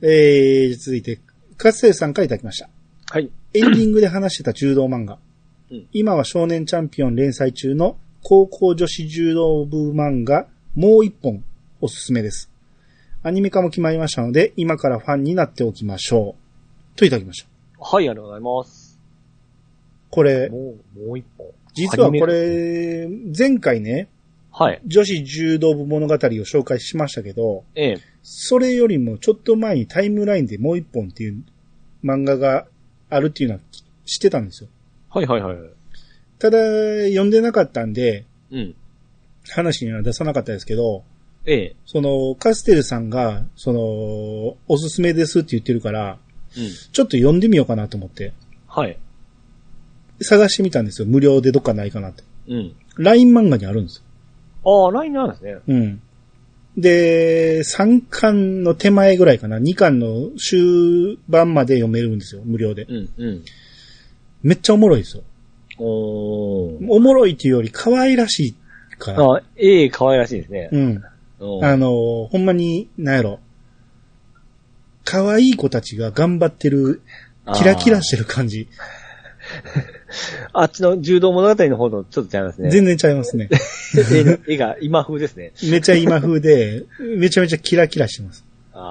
続いて、かつてさんからいただきました。 はい。 エンディングで話してた柔道漫画。うん、今は少年チャンピオン連載中の高校女子柔道部漫画、もう一本おすすめです。アニメ化も決まりましたので、今からファンになっておきましょう。といただきました。 はい、ありがとうございます。 これ、 もう一本。 実はこれ、前回ね、 はい。 女子柔道部物語を紹介しましたけど、 ええ。 それよりもちょっと前にタイムラインでもう一本っていう漫画があるっていうのは知ってたんですよ。 はいはいはい。 ただ、読んでなかったんで、 うん。 話には出さなかったですけど、 ええ。 カステルさんが、おすすめですって言ってるから、うん、ちょっと読んでみようかなと思って。 はい。 探してみたんですよ。無料でどっかないかなって。 うん。 LINE 漫画にあるんですよ。ああ、LINE なんですね。 うん。で、3巻の手前ぐらいかな。2巻の終盤まで読めるんですよ。無料で。 うんうん。 めっちゃおもろいですよ。 おもろいっていうより可愛らしいから。 あ、可愛らしいですね。 うん。ほんまに、なんやろ。可愛い子たちが頑張ってる、キラキラしてる感じ。 あっちの柔道物語の方とちょっと違いますね。 全然違いますね。 絵が今風ですね。 めちゃ今風で、めちゃめちゃキラキラしてます。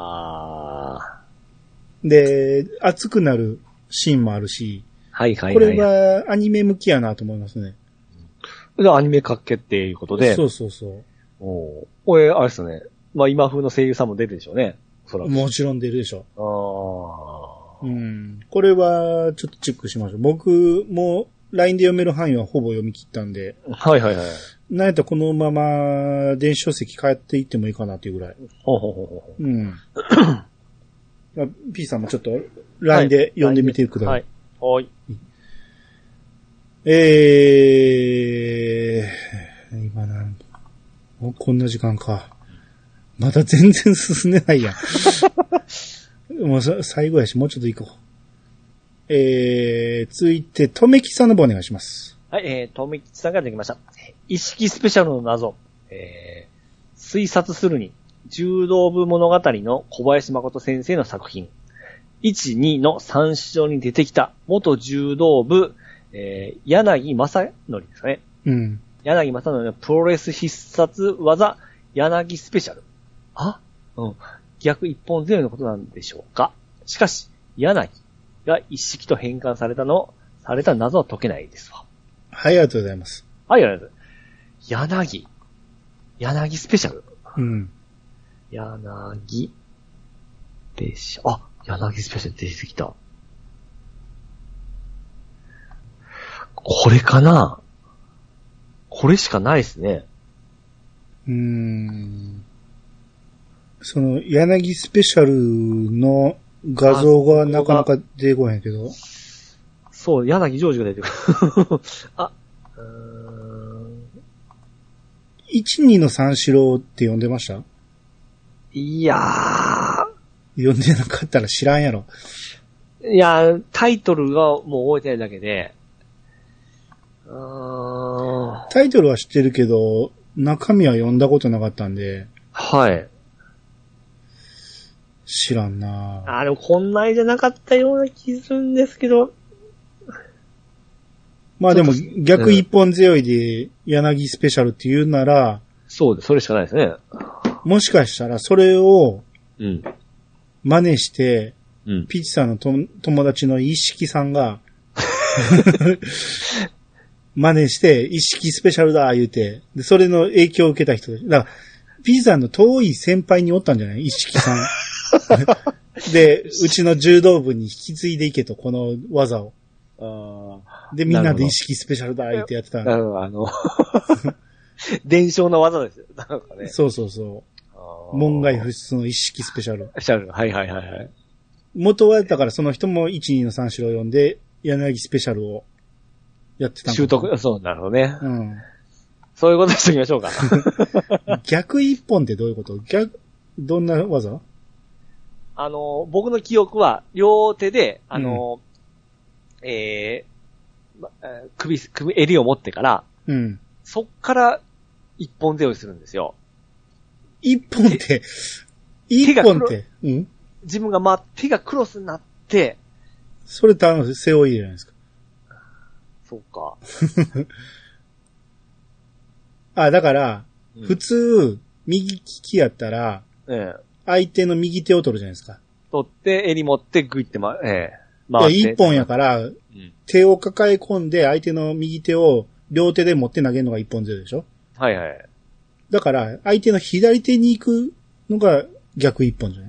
で、熱くなるシーンもあるし、 はいはいはい。 これはアニメ向きやなと思いますね。 アニメ化けっていうことで。 そうそうそう。 これ、あれですね。まあ今風の声優さんも出るでしょうね。 もちろん出るでしょう。これはちょっとチェックしましょう。僕も LINE で読める範囲はほぼ読み切ったんで。 はいはいはい。 なんやったらこのまま電子書籍帰っていってもいいかなっていうぐらい。うん。P さんもちょっと LINE で読んでみてください。 はい。 今もうこんな時間か。まだ全然進んでないやん。もう最後やし、もうちょっと行こう。続いて、とめきさんの方お願いします。 はい、とめきさんができました。意識スペシャルの謎。推察するに、柔道部物語の小林誠先生の作品。1、2の3章に出てきた元柔道部、柳正則ですかね。 うん。 柳正則のプロレス必殺技、柳スペシャル。逆一本背負いのことなんでしょうか。しかし、柳が一式と変換された謎は解けないですわ。 はい、ありがとうございます。 はい、ありがとうございます。柳スペシャル。 うん。 柳スペシャル出てきた。これかな？これしかないですね。 柳スペシャルの画像がなかなか出てこへんけど。 そう、柳ジョージが出てくる。 1、2の三四郎って呼んでました？ いやー。 呼んでなかったら知らんやろ。 いや、タイトルがもう覚えてないだけで。 タイトルは知ってるけど、中身は読んだことなかったんで。 はい。 知らんなぁ。 でもこんな絵じゃなかったような気するんですけど。 まあでも逆一本強いで柳スペシャルって言うなら、 そうです、それしかないですね。 もしかしたらそれを、真似して、 うん、 ピッチさんの友達の一色さんが、真似して、一式スペシャルだ言うて、で、それの影響を受けた人だから、ピーさんの遠い先輩におったんじゃない？一式さん。で、うちの柔道部に引き継いでいけと、この技を。で、みんなで一式スペシャルだ言ってやってた。 伝承の技ですよ。なんかね。 そうそうそう。門外不出の一式スペシャル。 はいはいはいはい。 元は、だからその人も1、2の3四郎を読んで、柳スペシャルをやってたんだ。 習得、そう、なるほどね。 うん。 そういうことにしておきましょうか。 逆一本ってどういうこと？どんな技？ 僕の記憶は、両手で、襟を持ってから、そっから一本背負いするんですよ。 一本って、 自分が手がクロスになって、 それ背負いじゃないですか。 そうか。 だから、普通、右利きやったら、相手の右手を取るじゃないですか。 取って、襟持ってグイって回って。 一本やから、手を抱え込んで相手の右手を両手で持って投げるのが一本背負いでしょ？ はいはい。 だから、相手の左手に行くのが逆一本じゃない？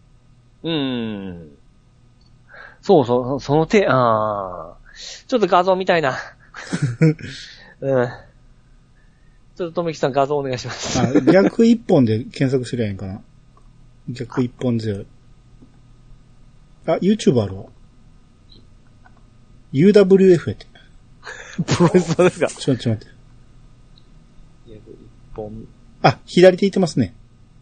そう、その手、ちょっと画像見たいな。うん。ちょっととめきさん画像お願いします。 逆一本で検索すりゃいいんかな。逆一本背負い。YouTube あるわ。UWF やって。 プロレスですか？ ちょっと待って。 逆一本。 左手いってますね。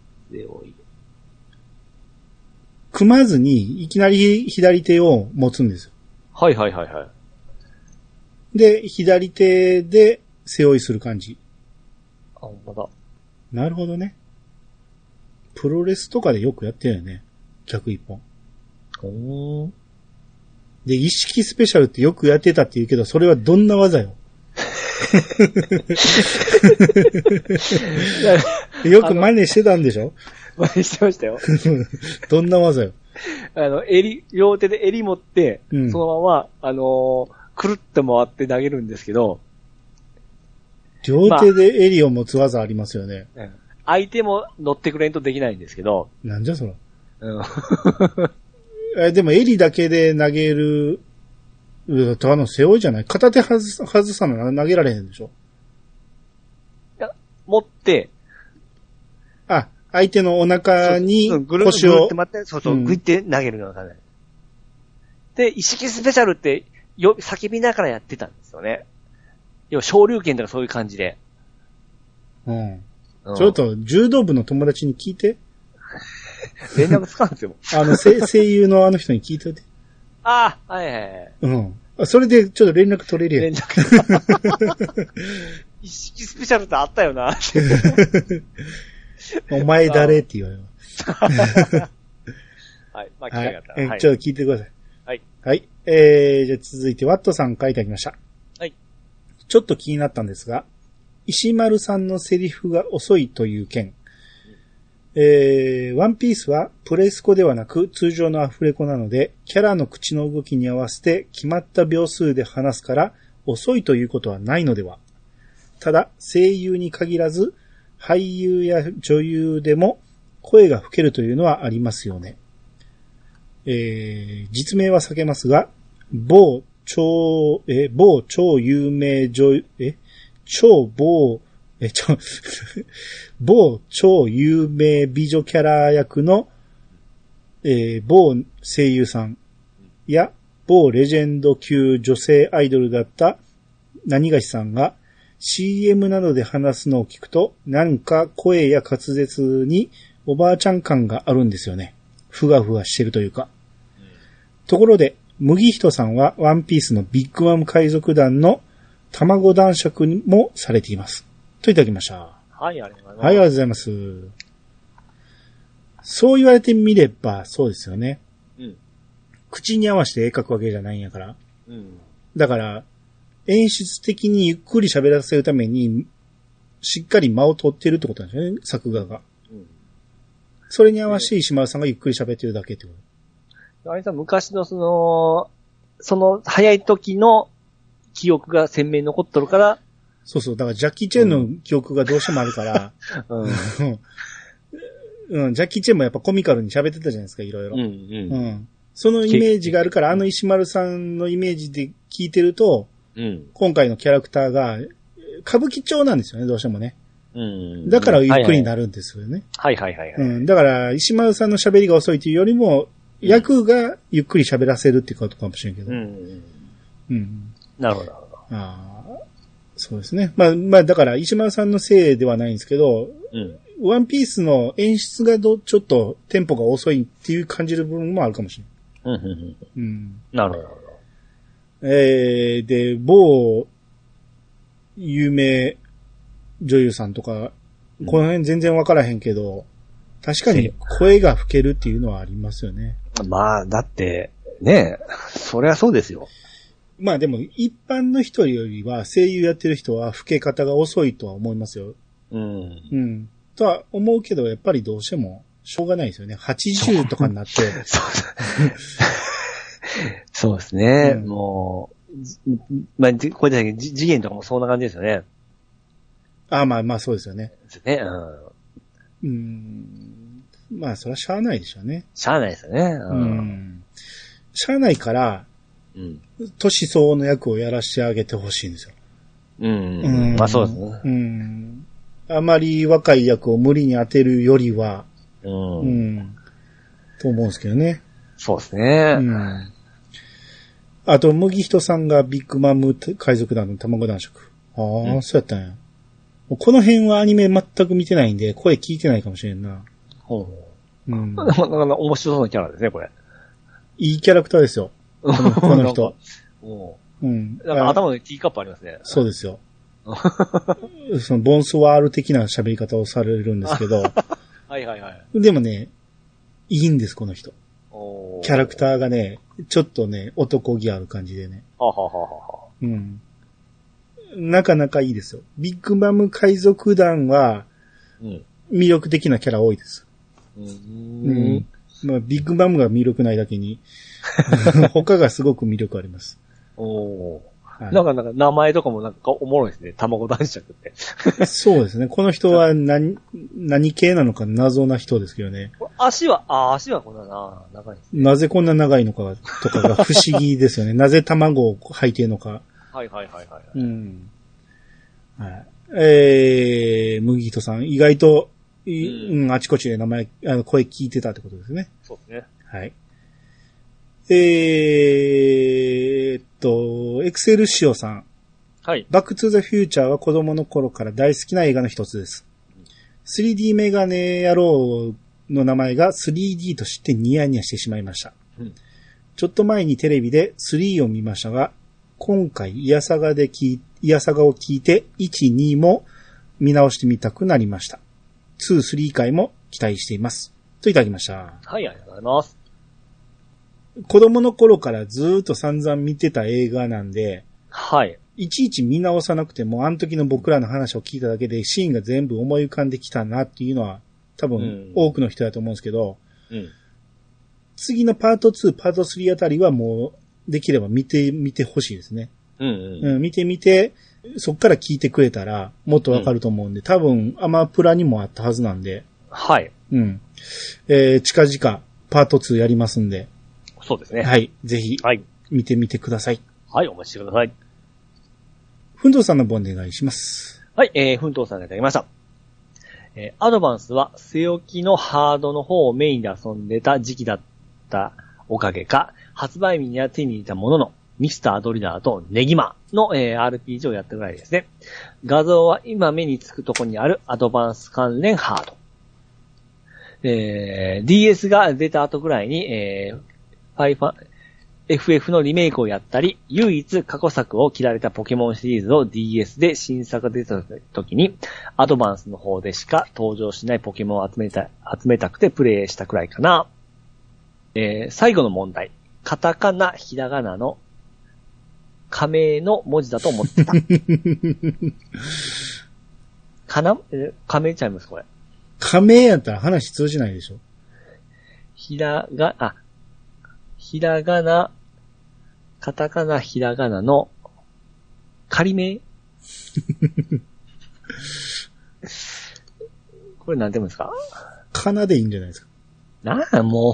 組まずに、いきなり左手を持つんですよ。 はいはいはいはい。 で、左手で背負いする感じ。 ほんまだ。 なるほどね。プロレスとかでよくやってるよね。逆一本。で、意識スペシャルってよくやってたって言うけど、それはどんな技よ。よく真似してたんでしょ？ 真似してましたよ。 どんな技よ。 両手で襟持って、 うん、 そのまま、くるっと回って投げるんですけど。 両手で襟を持つ技ありますよね。 相手も乗ってくれんとできないんですけど。 なんじゃそら。でも襟だけで投げる、背負いじゃない？片手外さな投げられへんでしょ？ いや、持って、 相手のお腹に腰を。 ぐるぐるって待って、グイって投げるような感じ。で、意識スペシャルって叫びながらやってたんですよね。要は、昇竜拳とかそういう感じで。 ちょっと、柔道部の友達に聞いて。 連絡つかんですよ。 声優のあの人に聞いといて。 はいはいはい。 それでちょっと連絡取れるやん。連絡。 意識スペシャルってあったよな。 お前誰って言われる。 はい。機会があったら。 ちょっと聞いてください。 はい。 はい。じゃあ続いてワットさん書いてありました。 はい。 ちょっと気になったんですが、石丸さんのセリフが遅いという件。ワンピースはプレスコではなく通常のアフレコなので、キャラの口の動きに合わせて決まった秒数で話すから遅いということはないのでは。ただ、声優に限らず、俳優や女優でも声が吹けるというのはありますよね。実名は避けますが、某超有名女優、某超有名美女キャラ役の、某声優さんや某レジェンド級女性アイドルだった何がしさんが CM などで話すのを聞くと、なんか声や滑舌におばあちゃん感があるんですよね。ふがふがしてるというか。ところで、麦人さんはワンピースのビッグマム海賊団の卵男爵にもされています。といただきました。 はい、ありがとうございます。 はい、ありがとうございます。そう言われてみれば、そうですよね。口に合わせて絵描くわけじゃないんやから。だから、演出的にゆっくり喋らせるために、しっかり間を取ってるってことなんですよね、作画が。それに合わせて石丸さんがゆっくり喋ってるだけってこと。 あれさ、昔のその早い時の記憶が鮮明に残っとるから、 そうそう。だからジャッキー・チェンの記憶がどうしてもあるから、ジャッキー・チェンもやっぱコミカルに喋ってたじゃないですか、いろいろ。そのイメージがあるから、石丸さんのイメージで聞いてると、今回のキャラクターが歌舞伎町なんですよね、どうしてもね。だからゆっくりになるんですよね。だから石丸さんの喋りが遅いというよりも、役がゆっくり喋らせるってことかもしれんけど。 なるほど。 そうですね。まあ、だから、石丸さんのせいではないんですけど、ワンピースの演出がちょっとテンポが遅いっていう感じる部分もあるかもしれない。 なるほど。 で、某有名女優さんとか、この辺全然わからへんけど、 確かに声が吹けるっていうのはありますよね。 まあ、だって、ねえ、そりゃそうですよ。 まあでも、一般の人よりは、声優やってる人は吹け方が遅いとは思いますよ。 うん。 うん。とは思うけど、やっぱりどうしても、しょうがないですよね。80とかになって。 そうですね。 うん、 もう、まあ、これだけ次元とかもそんな感じですよね。 まあまあそうですよね。 ですね。 まあそれはしゃあないでしょうね。 しゃあないですよね。 しゃあないから、年相応の役をやらしてあげてほしいんですよ。 まあそうですね。 あまり若い役を無理に当てるよりは、と思うんですけどね。 そうですね。 あと、麦人さんがビッグマム海賊団の卵男爵。そうやったんや。この辺はアニメ全く見てないんで、声聞いてないかもしれんな。 なかなか面白そうなキャラですね、これ。 いいキャラクターですよ。この人。 なんか頭にティーカップありますね。 そうですよ。そのボンスワール的な喋り方をされるんですけど。 はいはいはい。 でもね、いいんです、この人。キャラクターがね、ちょっとね、男気ある感じでね。なかなかいいですよ。ビッグマム海賊団は、魅力的なキャラ多いです。まあ、ビッグマムが魅力ないだけに、他がすごく魅力あります。 なんか名前とかもなんかおもろいですね。卵男爵って。 そうですね。この人は何系なのか謎な人ですけどね。 足はこんな長いですね。 なぜこんな長いのかとかが不思議ですよね。なぜ卵を履いてるのか。 はい。 麦人さん、意外と、あちこちで声聞いてたってことですね。 そうですね。 はい。エクセルシオさん。 はい。 バックトゥザフューチャーは子供の頃から大好きな映画の一つです。3D メガネ野郎の名前が 3D と知ってニヤニヤしてしまいました。ちょっと前にテレビで3を見ましたが、今回イヤサガを聞いて1、2も見直してみたくなりました。2、3回も期待しています。といただきました。 はい、ありがとうございます。 子供の頃からずーっと散々見てた映画なんで、 はい。 いちいち見直さなくても、あの時の僕らの話を聞いただけでシーンが全部思い浮かんできたなっていうのは、多分多くの人だと思うんですけど、次のパート2、パート3あたりはもう、できれば見てほしいですね。見てみて、そっから聞いてくれたら、もっとわかると思うんで、多分、アマプラにもあったはずなんで、 はい。 近々、パート2やりますんで、 そうですね。 はい。ぜひ、見てみてください。 はい、お待ちしてください。 ふんどうさんの方お願いします。 はい、ふんどうさんがいただきました。アドバンスは、据え置きのハードの方をメインで遊んでた時期だったおかげか、発売日には手に入れたものの、ミスタードリラーとネギマの、RPG をやったぐらいですね。画像は今目につくところにあるアドバンス関連ハード。DS が出た後ぐらいに、FF のリメイクをやったり、唯一過去作を切られたポケモンシリーズを DS で新作が出た時に、アドバンスの方でしか登場しないポケモンを集めたくてプレイしたくらいかな。最後の問題。カタカナ、ひらがなの仮名の文字だと思ってた。仮名ちゃいますこれ。 仮名やったら話通じないでしょ。 ひらがな、カタカナ、ひらがなの仮名これなんて言うんですか？ かなでいいんじゃないですか。 も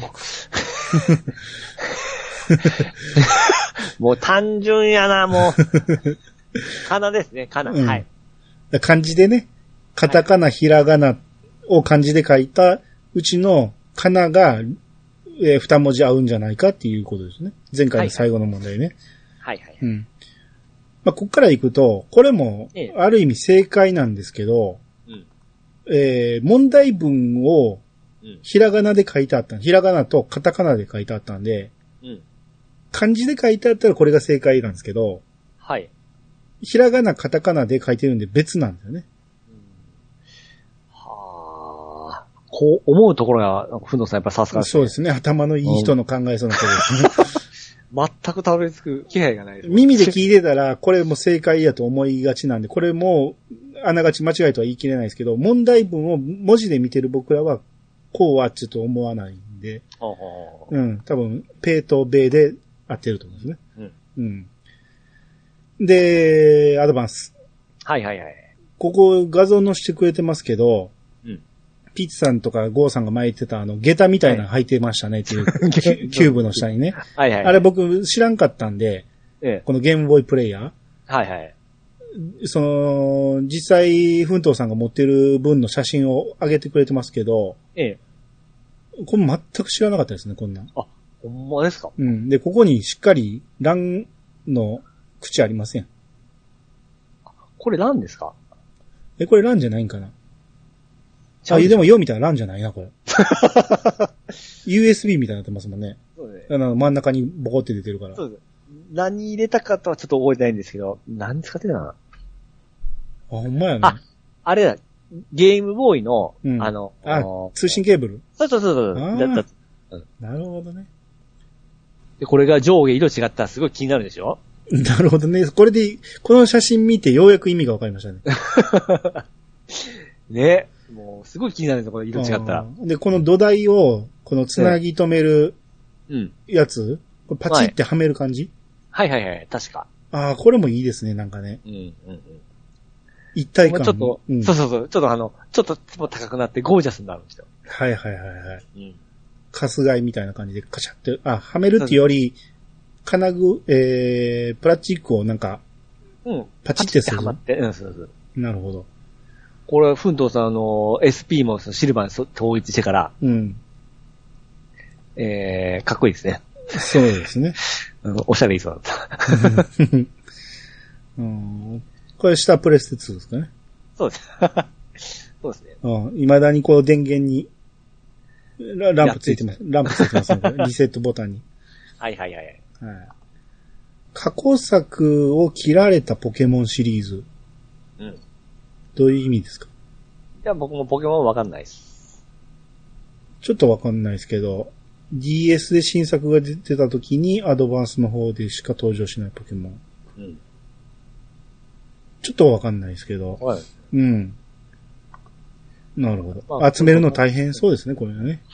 う。もう単純やな、もう。かなですね、かな。はい。 漢字でね、カタカナ、ひらがなを漢字で書いたうちのかなが、二文字合うんじゃないかっていうことですね。前回の最後の問題ね。 はい。 まあ、こっから行くと、これも、ある意味正解なんですけど、問題文を、ひらがなで書いてあった。ひらがなとカタカナで書いてあったんで、漢字で書いてあったらこれが正解なんですけど、 はい。 ひらがな、カタカナで書いてるんで別なんだよね。 こう思うところが、ふんどさんやっぱさすがですね。 そうですね。頭のいい人の考えそうなことですね。 全くたどり着く気配がないです。 耳で聞いてたら、これも正解やと思いがちなんで、これもあながち間違いとは言い切れないですけど、問題文を文字で見てる僕らは、こうはちょっと思わないんで、うん、多分、ペーとベーで合ってると思うんですね。うん。で、アドバンス。 はいはいはい。 ここ画像載せてくれてますけど、 うん。 ピッツさんとかゴーさんが巻いてた下駄みたいなの履いてましたねっていう、キューブの下にね。 はいはい。 あれ僕知らんかったんで、このゲームボーイプレイヤー。 はいはい。 実際、奮闘さんが持ってる分の写真を上げてくれてますけど、これ全く知らなかったですね、こんなん。 あ、ほんまですか？ うん。で、ここにしっかりランの口ありません。 これランですか？ これランじゃないんかな？でもよみたいなランじゃないな、これ。USB みたいになってますもんね。そうですね。真ん中にボコって出てるから。 そうです。何入れたかとはちょっと覚えてないんですけど、何使ってたかな？ ほんまやね。 あれだ。ゲームボーイの、 通信ケーブル？ そう。 なるほどね。 で、これが上下色違ったらすごい気になるでしょ？ なるほどね。これで、この写真見てようやく意味がわかりましたね。 ね。もう、すごい気になるんですよ、この色違ったら。 で、この土台を、このつなぎ止めるやつ、パチってはめる感じ？ はいはいはい、確か。 これもいいですね、なんかね。一体感。 ちょっと、そう。ちょっとちょっと高くなってゴージャスになるんですよ。 はい。カスガイみたいな感じでカシャって、はめるっていうより、金具、プラスチックをなんか、パチってする。 はまって、そう。 なるほど。 これ、奮闘さんSP もシルバーに統一してから、かっこいいですね。 そうですね。 おしゃれいいそうだった。 これ下プレステ2ですかね。 そうです。そうですね。 未だにこう電源に、ランプついてます。ランプついてますね。リセットボタンに。 はい。 過去作を切られたポケモンシリーズ。どういう意味ですか？ いや、僕もポケモンわかんないです。 ちょっとわかんないですけど、DS で新作が出てた時にアドバンスの方でしか登場しないポケモン。ちょっとわかんないですけど。なるほど。集めるの大変そうですね、これはね。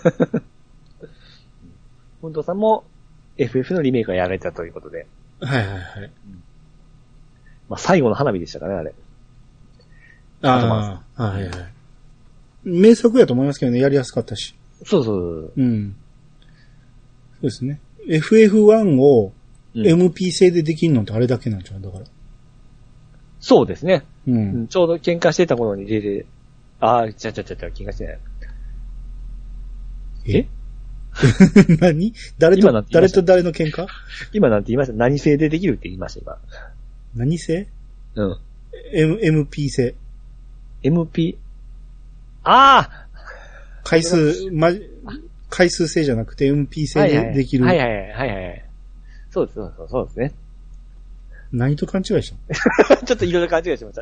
本藤さんも FF のリメイクがやられたということで。 はい。 最後の花火でしたかね、あれ。 はい。名作やと思いますけどね、やりやすかったし。 そう。 そうですね。FF1 を MP 製でできるのってあれだけなんちゃうだから。そうですね。ちょうど喧嘩してた頃に出て、喧嘩してない。 何？誰と誰の喧嘩？ 今なんて言いました？何製でできるって言いました、今。 何製？MP 製。 MP？回数制じゃなくて MP 制でできる。 はい。そうですね。 何と勘違いしたちょっといろいろ勘違いしました。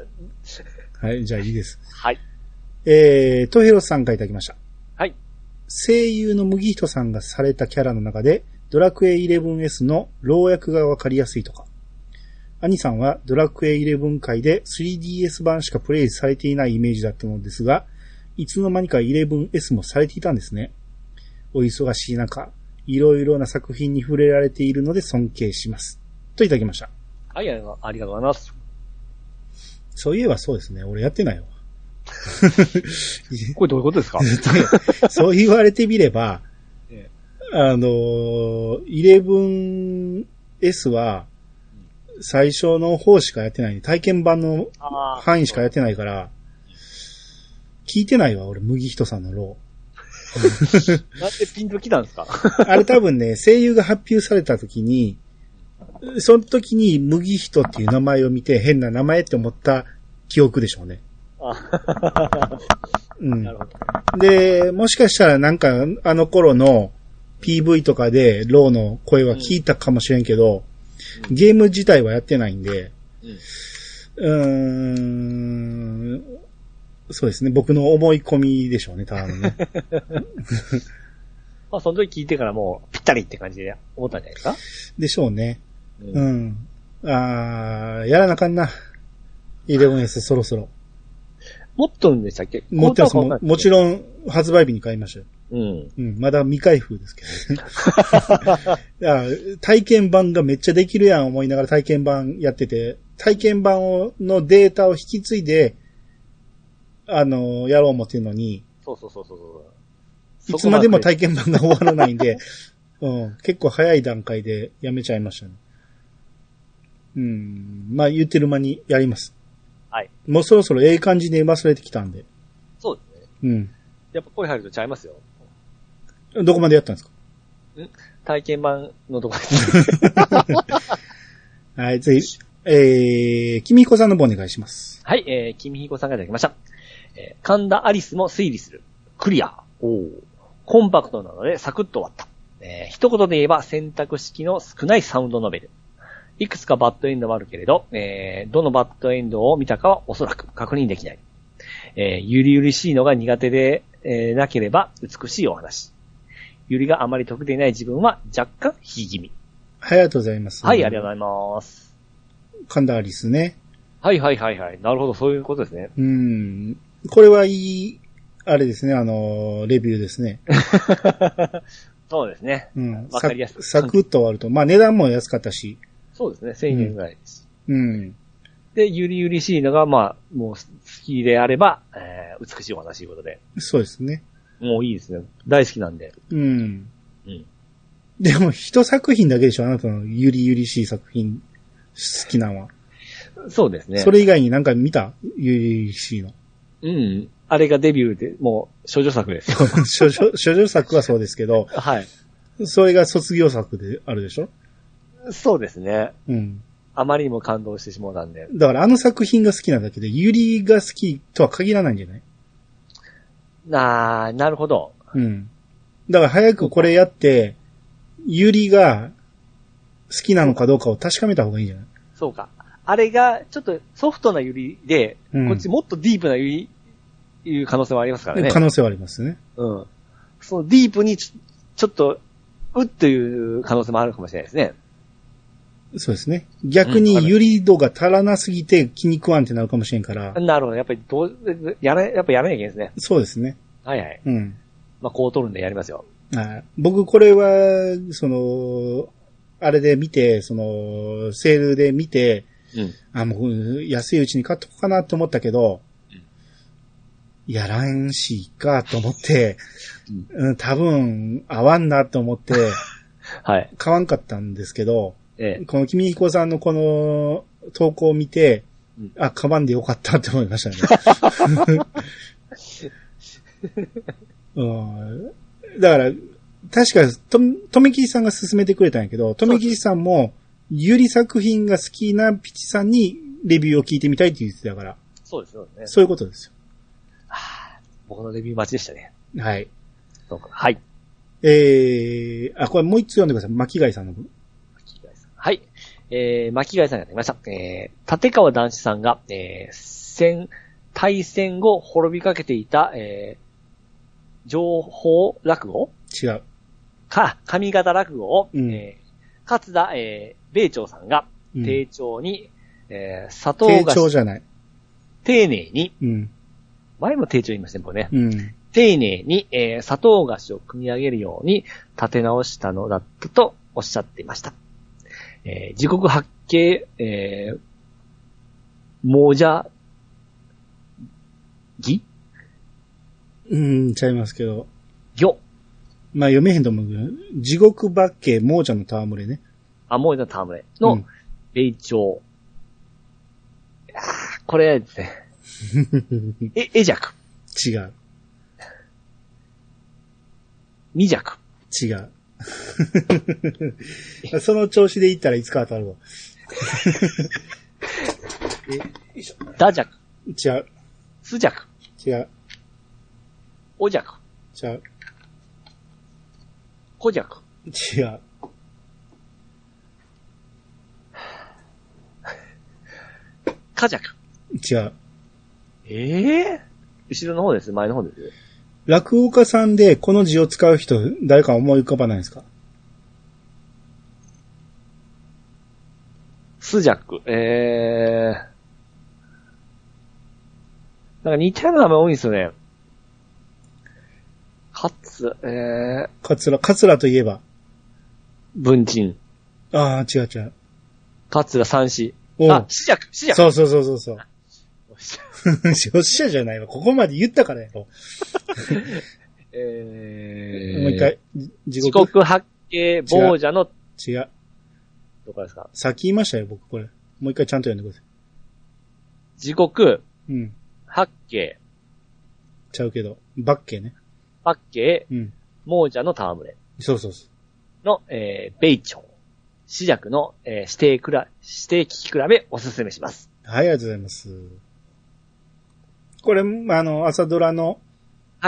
はい、じゃあいいです。 はい。 トヘロスさんからいただきました。 はい。 声優の麦人さんがされたキャラの中で、ドラクエ 11S の老役がわかりやすいとか。兄さんはドラクエ11回で 3DS 版しかプレイされていないイメージだったのですが、いつの間にか 11S もされていたんですね。お忙しい中、いろいろな作品に触れられているので尊敬します。といただきました。 はい、ありがとうございます。 そういえばそうですね。俺やってないわ。 これどういうことですか？ そう言われてみれば、11S は、最初の方しかやってない。体験版の範囲しかやってないから、聞いてないわ、俺、麦人さんのロー。なんでピンと来たんですか？ あれ多分ね、声優が発表された時に、その時に麦人っていう名前を見て変な名前って思った記憶でしょうね。なるほど。で、もしかしたらなんかあの頃の PV とかでローの声は聞いたかもしれんけど、ゲーム自体はやってないんで、 そうですね。僕の思い込みでしょうね、ただのね。 まあ、その時聞いてからもう、ぴったりって感じで思ったんじゃないですか？ でしょうね。うん。やらなあかんな。11S そろそろ。 持っとるんでしたっけ？ 持ってます。もちろん、発売日に買いましたよ。うん。まだ未開封ですけどね。体験版がめっちゃできるやん思いながら体験版やってて、体験版のデータを引き継いで、やろう思ってるのに、 そう。 いつまでも体験版が終わらないんで、結構早い段階でやめちゃいましたね。まあ言ってる間にやります。 はい。 もうそろそろええ感じで忘れてきたんで。 そうですね。やっぱ声入るとちゃいますよ。 どこまでやったんですか？ 体験版のとこです。 はい、ぜひ、君彦さんの方お願いします。 はい、君彦さんがいただきました。神田アリスも推理する。クリア。コンパクトなのでサクッと終わった。一言で言えば選択式の少ないサウンドノベル。いくつかバッドエンドもあるけれど、どのバッドエンドを見たかはおそらく確認できない。ゆりゆりしいのが苦手で、なければ美しいお話。ゆりがあまり得でいない自分は若干引き気味。 はい、ありがとうございます。 はい、ありがとうございます。 神田アリスね。 はい。なるほど、そういうことですね。 これはいい、あれですね、レビューですね。 そうですね。わかりやすく。 サクッと終わると。まあ値段も安かったし。 そうですね、1000円ぐらいです。で、ゆりゆりしいのが、まあ、もう好きであれば、美しいお話ということで。 そうですね。 もういいですね。大好きなんで。 でも、一作品だけでしょあなたのゆりゆりしい作品、好きなのは。 そうですね。 それ以外に何か見たゆりゆりしいの。 あれがデビューで、もう、少女作ですよ。 少女作はそうですけど。 はい。 それが卒業作であるでしょ？ そうですね。あまりにも感動してしまったんで。 だからあの作品が好きなだけで、ゆりが好きとは限らないんじゃない？ なるほど。 だから早くこれやって、ゆりが好きなのかどうかを確かめた方がいいんじゃない？ そうか。あれが、ちょっとソフトなゆりで、こっちもっとディープなゆり、いう可能性はありますからね。 可能性はありますね。 そのディープにちょっと、っていう可能性もあるかもしれないですね。 そうですね。逆にゆり度が足らなすぎて気に食わんってなるかもしれんから。 なるほど。やっぱりやらなきゃいけないですね。 そうですね。 はい。まあ、こう取るんでやりますよ。 僕これは、あれで見て、セールで見て、もう安いうちに買っとこうかなと思ったけど、やらんしかと思って、多分合わんなと思って、買わんかったんですけど、この君彦さんのこの投稿を見て、買わんでよかったって思いましたね。だから、確か、とめきちさんが勧めてくれたんやけど、とめきちさんも、ゆり作品が好きなピチさんにレビューを聞いてみたいって言ってたから。 そうですね。 そういうことですよ。 僕のレビュー待ちでしたね。 はい。 そうか。はい。 これもう一つ読んでください。巻貝さんの分。 はい。巻貝さんがやってきました。立川談志さんが、大戦後滅びかけていた、情報落語？ 違う。 上方落語を、勝田、米朝さんが、丁重に、砂糖菓子。 丁重じゃない。 丁寧に、前も丁重言いましたね、これね。丁寧に、砂糖菓子を組み上げるように立て直したのだったとおっしゃっていました。時刻発見、もじゃ、ぎちゃいますけど。 ぎょ。 まあ読めへんと思うけど、地獄バッケー、亡者の戯れね。 亡者の戯れの、米朝。これですね。えじゃく。 違う。 みじゃく。 違う。その調子でいったらいつか当たるわ。 だじゃく。 違う。 すじゃく。 違う。 おじゃく。 違う。 こじゃく。 違う。 かじゃく。 違う。 後ろの方です。前の方です。 落語家さんでこの字を使う人、誰か思い浮かばないですか？ スジャック。なんか似たような名前多いんですよね。 桂といえば。 文鎮。 ああ、違う違う。 桂三子。あ、シジャク。 そう。よっしゃじゃないわ。ここまで言ったからやろ。もう一回。 時刻八景亡者の。 違う。 どこですか？ さっき言いましたよ、僕これ。もう一回ちゃんと読んでください。 時刻。 うん。 八景。 ちゃうけど。バッケね。 八景。 うん。 亡者の戯れ。 そう。 の、米朝。シジャクの、指定聞き比べおすすめします。 はい、ありがとうございます。これ、朝ドラの、 はい。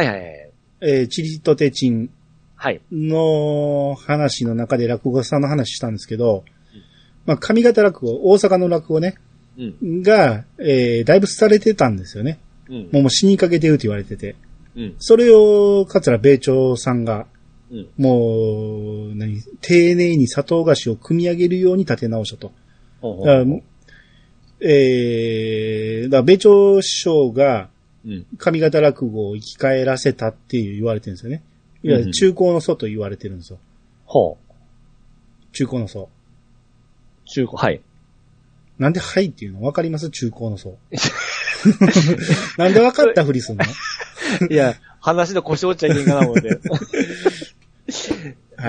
チリとてちんの話の中で落語家さんの話したんですけど、まあ、上方落語、大阪の落語ね、が、だいぶ廃れてたんですよね。もう死にかけてると言われてて。それを、桂米朝さんが、もう、丁寧に砂糖菓子を組み上げるように立て直したと。だから米朝師匠が、上方落語を生き返らせたって言われてるんですよね。いわゆる中高の祖と言われてるんですよ。中高の祖。 はい。 なんではいっていうの分かります？中高の祖。なんで分かったふりすんの？ いや、話の腰折っちゃいけんかな思って。 はい。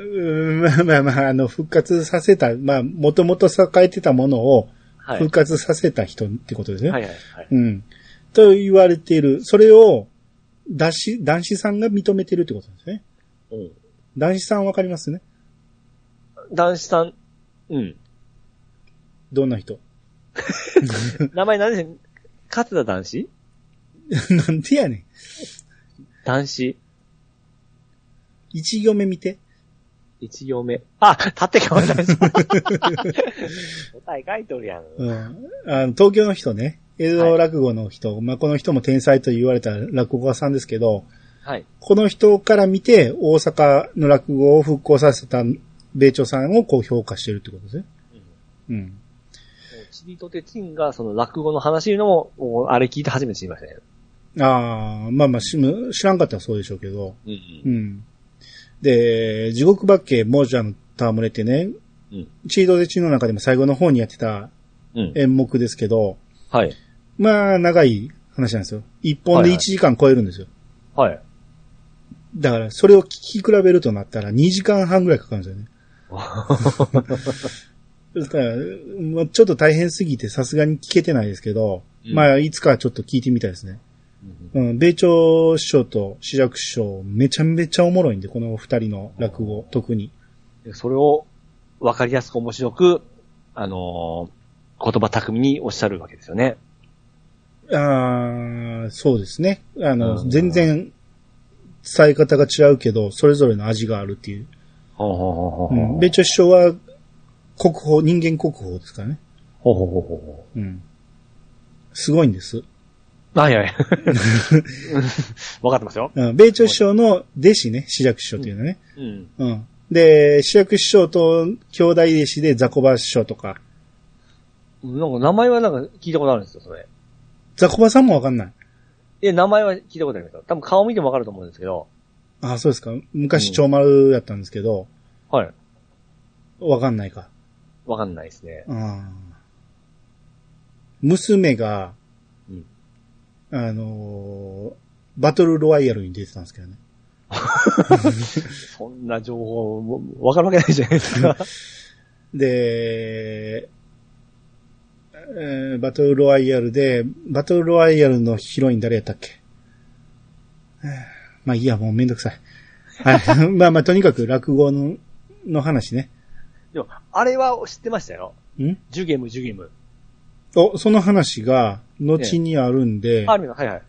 復活させた、もともと栄えてたものを復活させた人ってことですね。と言われている。それを、男子さんが認めてるってことですね。男子さんわかりますね？ 男子さん、 どんな人？ 名前何で勝田男子？ なんでやねん。 男子。 一行目見て。 一行目。あ、立ってかわ男子。答え書いとるやん。 東京の人ね。江戸落語の人。この人も天才と言われた落語家さんですけど、この人から見て大阪の落語を復興させた米朝さんをこう評価してるってことですね。 チリとてチンがその落語の話いうのも、あれ聞いて初めて知りましたね。 知らんかったらそうでしょうけど。で、地獄八景亡者の戯れってね、チリとてチンの中でも最後の方にやってた演目ですけど、長い話なんですよ。一本で1時間超えるんですよ。だから、それを聞き比べるとなったら2時間半ぐらいかかるんですよね。だから、ちょっと大変すぎてさすがに聞けてないですけど、いつかちょっと聞いてみたいですね。米朝師匠と志らく師匠、めちゃめちゃおもろいんで、この二人の落語、特に。 それを分かりやすく面白く、言葉巧みにおっしゃるわけですよね。 そうですね。全然伝え方が違うけど、それぞれの味があるっていう。米朝師匠は国宝、人間国宝ですからね。すごいんです。 わかってますよ。 米朝師匠の弟子ね、志らく師匠っていうのね。で、志らく師匠と兄弟弟子でザコバ師匠とか。 なんか名前は聞いたことあるんですよ、それ。 ザコバさんもわかんない。 名前は聞いたことありますよ。多分顔見てもわかると思うんですけど。 あ、そうですか。昔長丸やったんですけど。わかんないか。 わかんないですね。 娘が、バトルロワイヤルに出てたんですけどね。 そんな情報、わかるわけないじゃないですか。 で、バトルロワイヤルのヒロイン誰やったっけ？いいや、もうめんどくさい。とにかく落語の話ね。 でも、あれは知ってましたよ。ジュゲム。 その話が、後にあるんで、後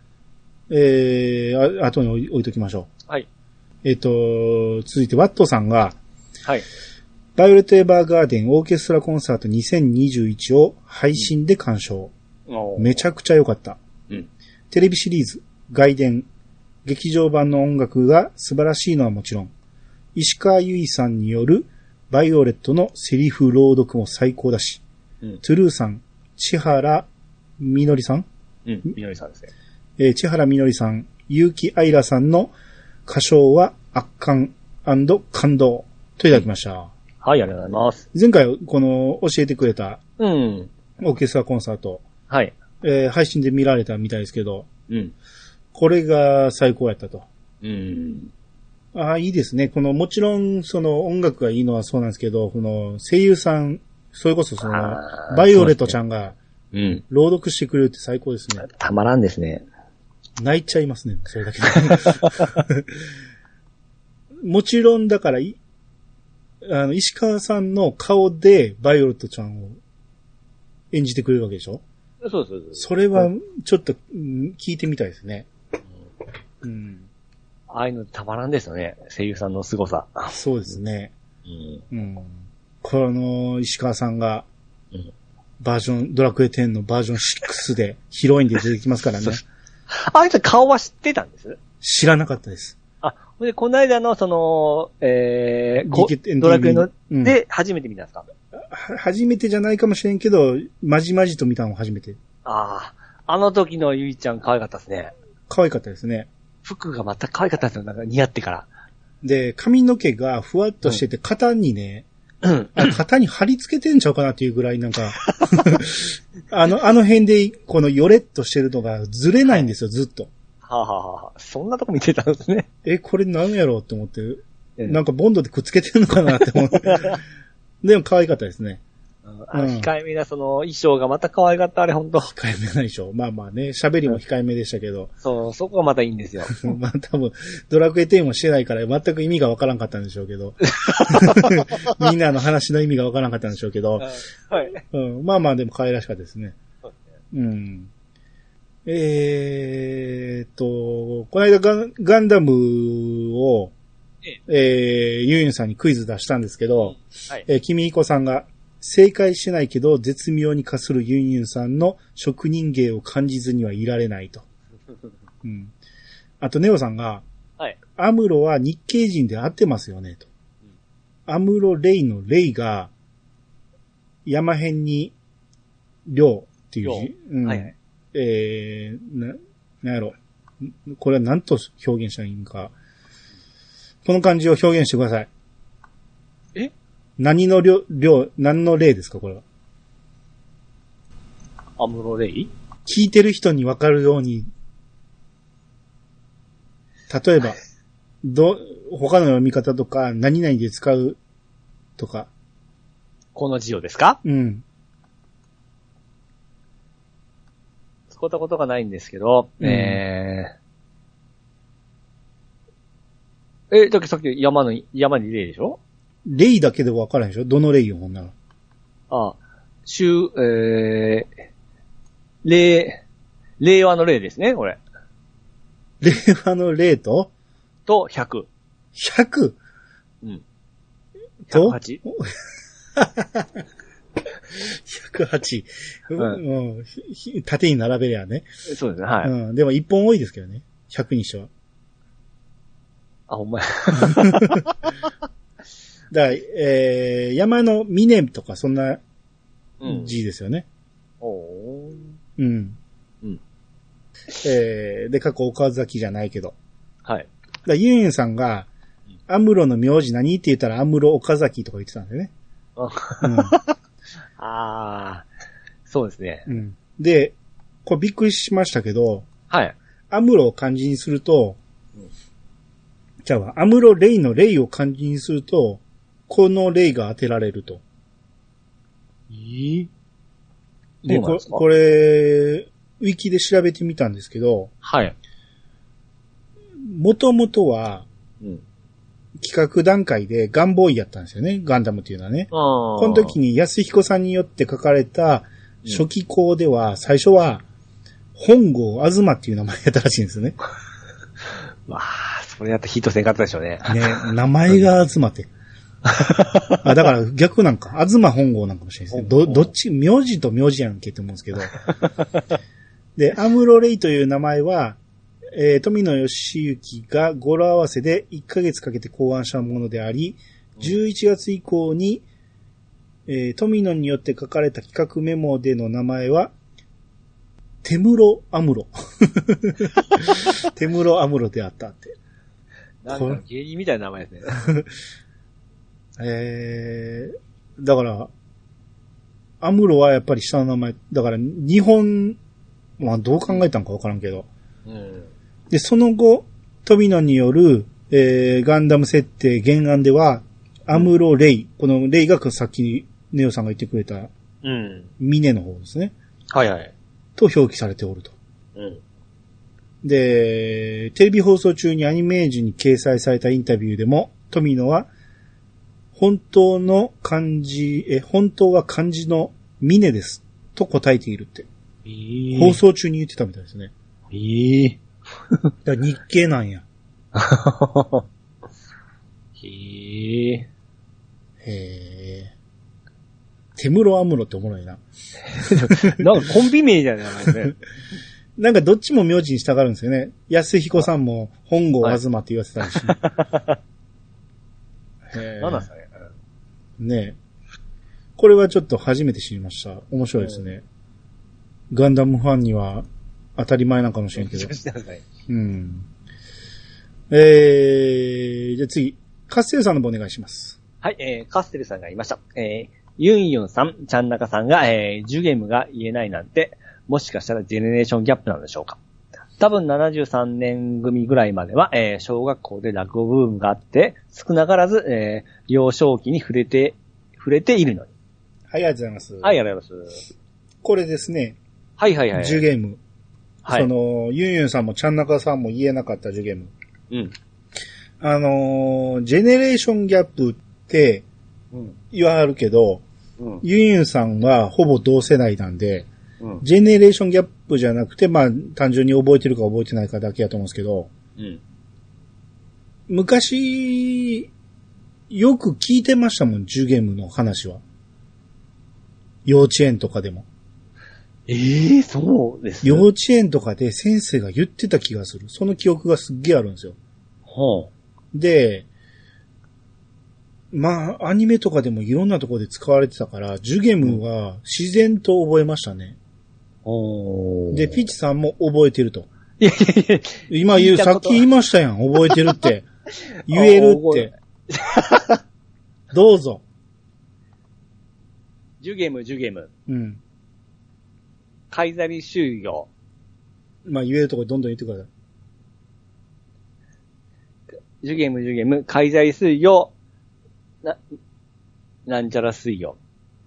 に置いときましょう。続いて、ワットさんが、バイオレット・エヴァーガーデンオーケストラコンサート2021を配信で鑑賞。めちゃくちゃ良かった。 テレビシリーズ、外伝、劇場版の音楽が素晴らしいのはもちろん、石川由依さんによるバイオレットのセリフ朗読も最高だし、トゥルーさん、千原みのりさん、 みのりさんですね。 千原みのりさん、結城愛らさんの歌唱は圧巻&感動といただきました。はい、 ありがとうございます。 前回、この、教えてくれた、オーケストラコンサート、 はい。 配信で見られたみたいですけど、これが最高やったと。ああ、いいですね。もちろん、音楽がいいのはそうなんですけど、声優さん、それこそバイオレットちゃんが、朗読してくれるって最高ですね。 たまらんですね。 泣いちゃいますね、それだけで。もちろん、だから、石川さんの顔でバイオレットちゃんを演じてくれるわけでしょ？ そう。 それは、ちょっと、聞いてみたいですね。 ああいうのたまらんですよね。声優さんの凄さ。 そうですね。この石川さんが、バージョン、ドラクエ10のバージョン6でヒロインで出てきますからね。 あいつ顔は知ってたんです？ 知らなかったです。 で、この間のドラクエの、で、初めて見たんですか？ 初めてじゃないかもしれんけど、まじまじと見たの初めて。 あの時のゆいちゃん可愛かったですね。 可愛かったですね。 服がまた可愛かったですよ。なんか似合ってから。で、 髪の毛がふわっとしてて、肩にね、肩に貼り付けてんちゃうかなっていうぐらいなんか、あの辺で、このヨレッとしてるのがずれないんですよ、ずっと。そんなとこ見てたんですね。これ何やろうって思って、なんかボンドでくっつけてるのかなって思って。でも可愛かったですね。控えめな衣装がまた可愛かった、あれほんと。控えめな衣装。まあまあね、喋りも控えめでしたけど。そこがまたいいんですよ。まあ多分、ドラクエ10もしてないから全く意味がわからんかったんでしょうけど。みんなの話の意味がわからんかったんでしょうけど。まあまあでも可愛らしかったですね。この間ガンダムを、ユンユンさんにクイズ出したんですけど、キミイコさんが、正解しないけど絶妙にかするユンユンさんの職人芸を感じずにはいられないと。あとネオさんが、アムロは日系人で合ってますよねと。アムロレイのレイが山辺に量っていう字。なんやろ。これは何と表現したらいいんか。この漢字を表現してください。何の例ですかこれは。アムロレイ？聞いてる人に分かるように、例えば、他の読み方とか、何々で使うとか。この字をですか？使ったことがないんですけど、だってさっき山に例でしょ？例だけで分からんでしょ？どの例よ、ほんなら。令和の例ですね、これ。令和の例と100。100？108？ 108。縦に並べりゃね。そうですね、はい。でも1本多いですけどね。100にしては。ほんまや。だから、山の峰とかそんな字ですよね。で、過去岡崎じゃないけど。はい。だユンユンさんが、アムロの名字何って言ったらアムロ岡崎とか言ってたんだよね。そうですね。で、これびっくりしましたけど、アムロを漢字にすると、アムロレイのレイを漢字にすると、このレイが当てられると。で、これ、ウィキで調べてみたんですけど、もともとは、企画段階でガンボーイやったんですよね、ガンダムっていうのはね。この時に安彦さんによって書かれた初期項では、最初は、本郷あずまっていう名前やったらしいんですよね。それやったらヒットせんかったでしょうね。名前があずまって。だから逆なんか、あずま本郷なんかもしれないですね。どっち、名字と名字やんけって思うんですけど。 で、アムロレイという名前は、富野義行が語呂合わせで1ヶ月かけて考案したものであり、11月以降に、富野によって書かれた企画メモでの名前は、テムロアムロ。テムロアムロであったって。 なんか芸人みたいな名前ですね。だから、アムロはやっぱり下の名前。だから日本、まあどう考えたんかわからんけど。 うん、 で、その後、富野による、ガンダム設定原案では、アムロレイ。このレイがさっきネオさんが言ってくれた、 うん。 ミネの方ですね。 はいはい。 と表記されておると。 うん。 で、テレビ放送中にアニメージに掲載されたインタビューでも、富野は、本当は漢字のミネです。と答えているって。放送中に言ってたみたいですね。だから日系なんや。へえ。テムロアムロっておもろいな。 なんかコンビ名じゃないですね。 なんかどっちも名字に従うんですよね。安彦さんも本郷東って言わせたりし。 なんだそれ。 ねえ。これはちょっと初めて知りました。面白いですね。ガンダムファンには当たり前なんかもしれんけど。うん。じゃあ次、カステルさんの方お願いします。 はい、カステルさんがいました。ユンユンさん、チャンナカさんが、ジュゲームが言えないなんて、もしかしたらジェネレーションギャップなのでしょうか。多分73年組ぐらいまでは、小学校で落語ブームがあって、少なからず、幼少期に触れているのに。 はい、ありがとうございます。 はい、ありがとうございます。これですね。 はいはいはい。 ジュゲーム。はい。ユンユンさんもチャンナカさんも言えなかったジュゲーム。 うん。 ジェネレーションギャップって、言わはるけど、ユンユンさんはほぼ同世代なんで、ジェネレーションギャップじゃなくて、まあ、単純に覚えてるか覚えてないかだけやと思うんですけど、昔、よく聞いてましたもん、ジュゲームの話は。幼稚園とかでも。 そうです。 幼稚園とかで先生が言ってた気がする。その記憶がすっげえあるんですよ。で、まあ、アニメとかでもいろんなところで使われてたから、ジュゲムは自然と覚えましたね。で、ピッチさんも覚えてると。 いやいやいや。 今さっき言いましたやん。覚えてるって。言えるって。どうぞ。 ジュゲム。 うん。 カイザリ修行。 まあ言えるとこどんどん言ってください。 ジュゲム、カイザリ水魚。なんちゃら水魚。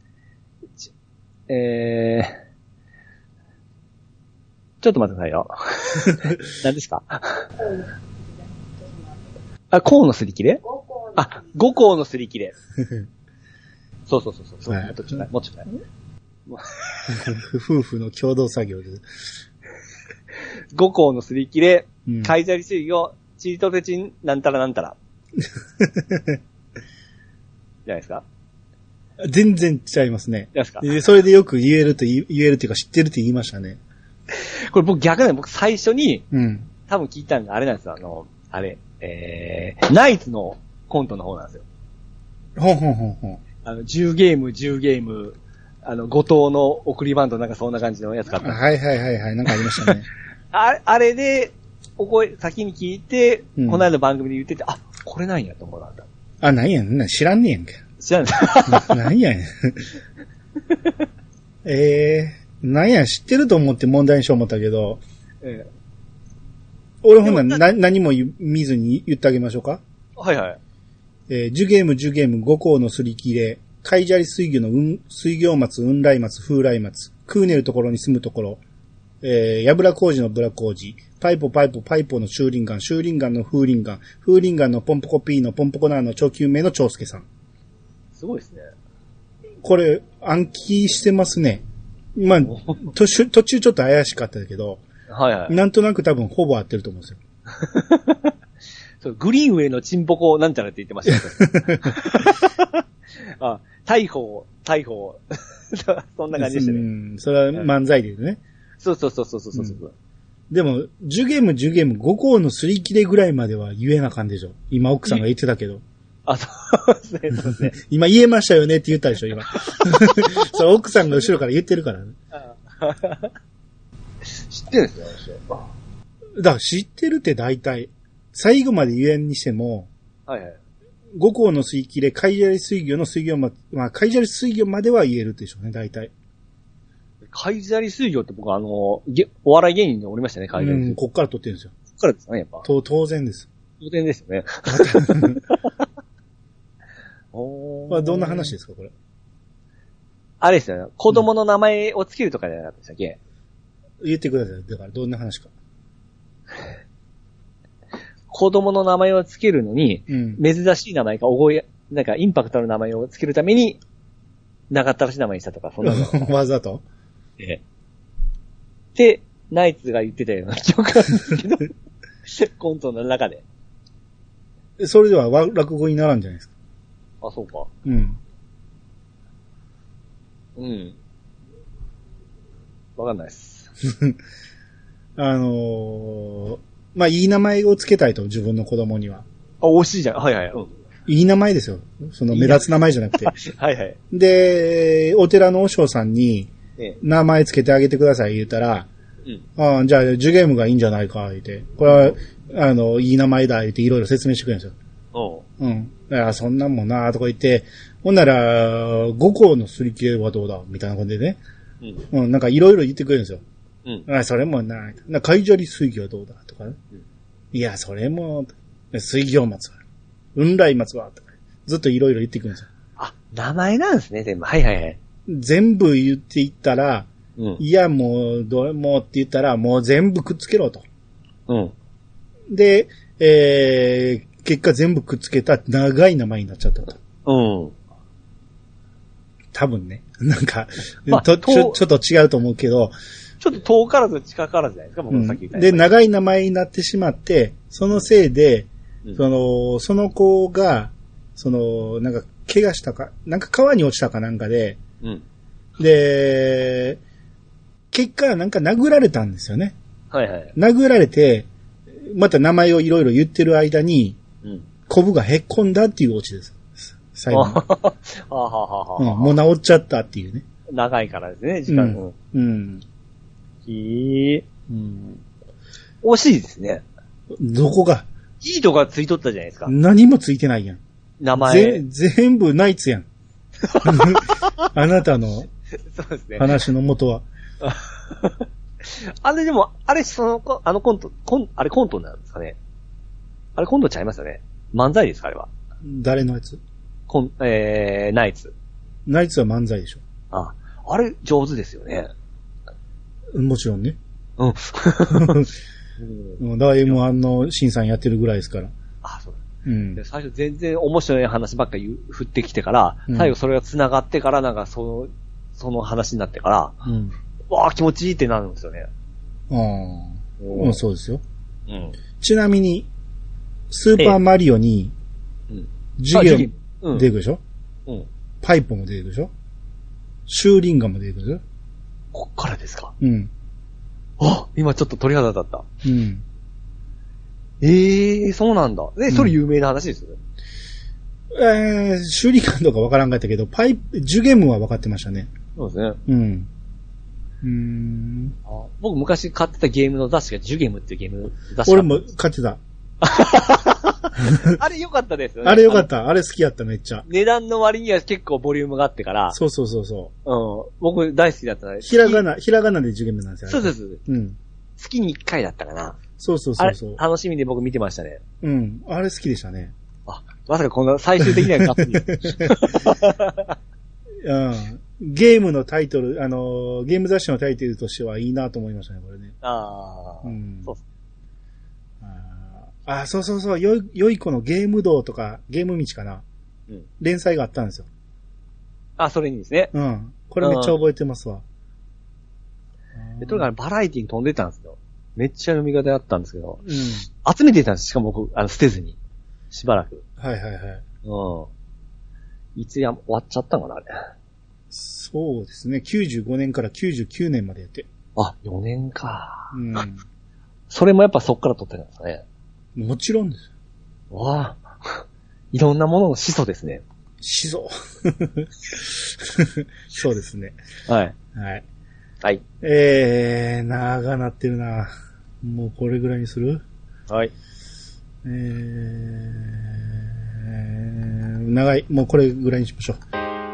ちょっと待ってくださいよ。何ですか？甲のすり切れ？五甲のすり切れ。そう。はい、もうちょっと。もうちょっと。 夫婦の共同作業で。 五甲のすり切れ、カイザリ水魚、チートテチン、なんたらなんたら。じゃないですか？ 全然違いますね。 ですか？ それでよく言えるっていうか知ってるって言いましたね。 これ僕逆なんで、僕最初に、多分聞いたんであれなんですよ。ナイツのコントの方なんですよ。 ほん。 10ゲーム、後藤の送りバンドなんかそんな感じのやつ買った。 はい。なんかありましたね。 あれで、先に聞いて、この間の番組で言ってて、これなんやと思ったんだ。 なんやねん。知らんねやんか。 知らんねん。なんやねん。なんや、知ってると思って問題にしよう思ったけど、俺ほんなら何も見ずに言ってあげましょうか。 はい。 ジュゲーム五甲のすり切れ、カイジャリ水魚の水魚松、雲来松、風来松、クーネルところに住むところ、ヤブラ工事のブラ工事、パイポのシューリンガンの風リンガンのポンポコピーのポンポコナーの長久名の長介さん。 すごいですね。これ、暗記してますね。まあ、途中ちょっと怪しかったけど、 はい。 なんとなく多分ほぼ合ってると思うんですよ。 そう、グリーンウェイのチンポコなんちゃらって言ってました大砲。そんな感じでしたね。 それは漫才でね。 そう。 でも、10ゲーム5校の擦り切れぐらいまでは言えなあかんでしょ。今奥さんが言ってたけど。 そうですね。 今言えましたよねって言ったでしょ、今。それ奥さんが後ろから言ってるからね。 知ってるんですね、 だから知ってるって大体。最後まで言えんにしても、 はいはい。 5校の水切れ、海砂利水魚の水魚海砂利水魚までは言えるでしょうね、大体。 海砂利水魚って僕お笑い芸人におりましたね、海砂利水魚。 こっから撮ってるんですよ。 こっからですかね、やっぱ。 当然です。 当然ですよね。 どんな話ですか、これ。 あれですよね。子供の名前をつけるとかじゃなかったでしたっけ、 言ってください。だから、どんな話か。 子供の名前をつけるのに、珍しい名前かなんかインパクトある名前をつけるために、長ったらしい名前にしたとか、そんなの。 わざとで、ナイツが言ってたような記憶なんですけど、コントの中で。 それでは落語にならんじゃないですか。 あ、そうか。 うん。 わかんないです。 いい名前をつけたいと、自分の子供には。 惜しいじゃん。はいはい。 いい名前ですよ。その目立つ名前じゃなくて。 はいはい。 で、お寺の和尚さんに、名前つけてあげてください言ったら、じゃあ、ジュゲームがいいんじゃないか、言って。これは、いい名前だ、言っていろいろ説明してくれるんですよ。だからそんなんもな、とか言って、ほんなら、5校のすり切れはどうだ、みたいな感じでね。なんかいろいろ言ってくれるんですよ。それもな、海砂利水魚はどうだ、とかね。いや、それも、水魚松は、雲来松は、とか、ずっといろいろ言ってくるんですよ。 名前なんですね、全部。はいはいはい。 全部言っていったら、いや、もう、どれもって言ったら、もう全部くっつけろと。で、結果全部くっつけた長い名前になっちゃったと。多分ね。なんか、ちょっと違うと思うけど、 ちょっと遠からず近からずじゃないですか、僕のさっき言った。 で、長い名前になってしまって、そのせいで、その子が、なんか、怪我したか、なんか川に落ちたかなんかで、で、結果なんか殴られたんですよね。 はいはい。 殴られて、また名前をいろいろ言ってる間に、コブがへっこんだっていうオチです。最後に。もう治っちゃったっていうね。 長いからですね、時間。惜しいですね。 どこがいいとこがついとったじゃないですか。 何もついてないやん。 名前。 全部ナイツやん。あなたの話の元は。 あれでも、あれコント、あれコントなんですかね。あれコントちゃいますよね。漫才ですか、あれは。 誰のやつ？ ナイツ。 ナイツは漫才でしょ。 あれ上手ですよね。 もちろんね。だから M1 の審査員やってるぐらいですから。 そうだ。最初全然面白い話ばっかり振ってきてから、最後それが繋がってから、なんかその話になってから、わー気持ちいいってなるんですよね。そうですよ。 ちなみに、スーパーマリオに、ジュゲム出てくるでしょ、パイプも出てくるでしょ、シューリンガンも出てくるでしょ。 こっからですか？今ちょっと鳥肌立った。そうなんだ。それ有名な話ですよね。 シューリンガンとかわからんかったけど、ジュゲムは分かってましたね。 そうですね。僕昔買ってたゲームの雑誌がジュゲムっていうゲーム雑誌。 俺も買ってた。 あれ良かったですよね。 あれ良かった。あれ好きやった、めっちゃ。 値段の割には結構ボリュームがあってから。 そう。 僕大好きだったね。 ひらがなでジュゲムなんですよ。 そうです。月に1回だったかな。そう。楽しみで僕見てましたね。 あれ好きでしたね。 まさかこんな最終的にはガッツに。ゲームのタイトル、ゲーム雑誌のタイトルとしてはいいなと思いましたね、これね。 そう。 そう。良い子のゲーム道とか、ゲーム道かな。連載があったんですよ。 それにですね。 これめっちゃ覚えてますわ。 とにかくバラエティに飛んでたんですよ。めっちゃ読み方やったんですけど。集めてたんです。しかも僕、捨てずに。しばらく。 はい。 いつ終わっちゃったんかな、あれ。 そうですね。95年から99年までやって。 あ、4年か。 うん。 それもやっぱそっから撮ってるんですかね。 もちろんですよ。 わあ。いろんなものの始祖ですね。 始祖。そうですね。 はい。 はい。 はい。 長なってるな。もうこれぐらいにする？ はい。 長い。もうこれぐらいにしましょう。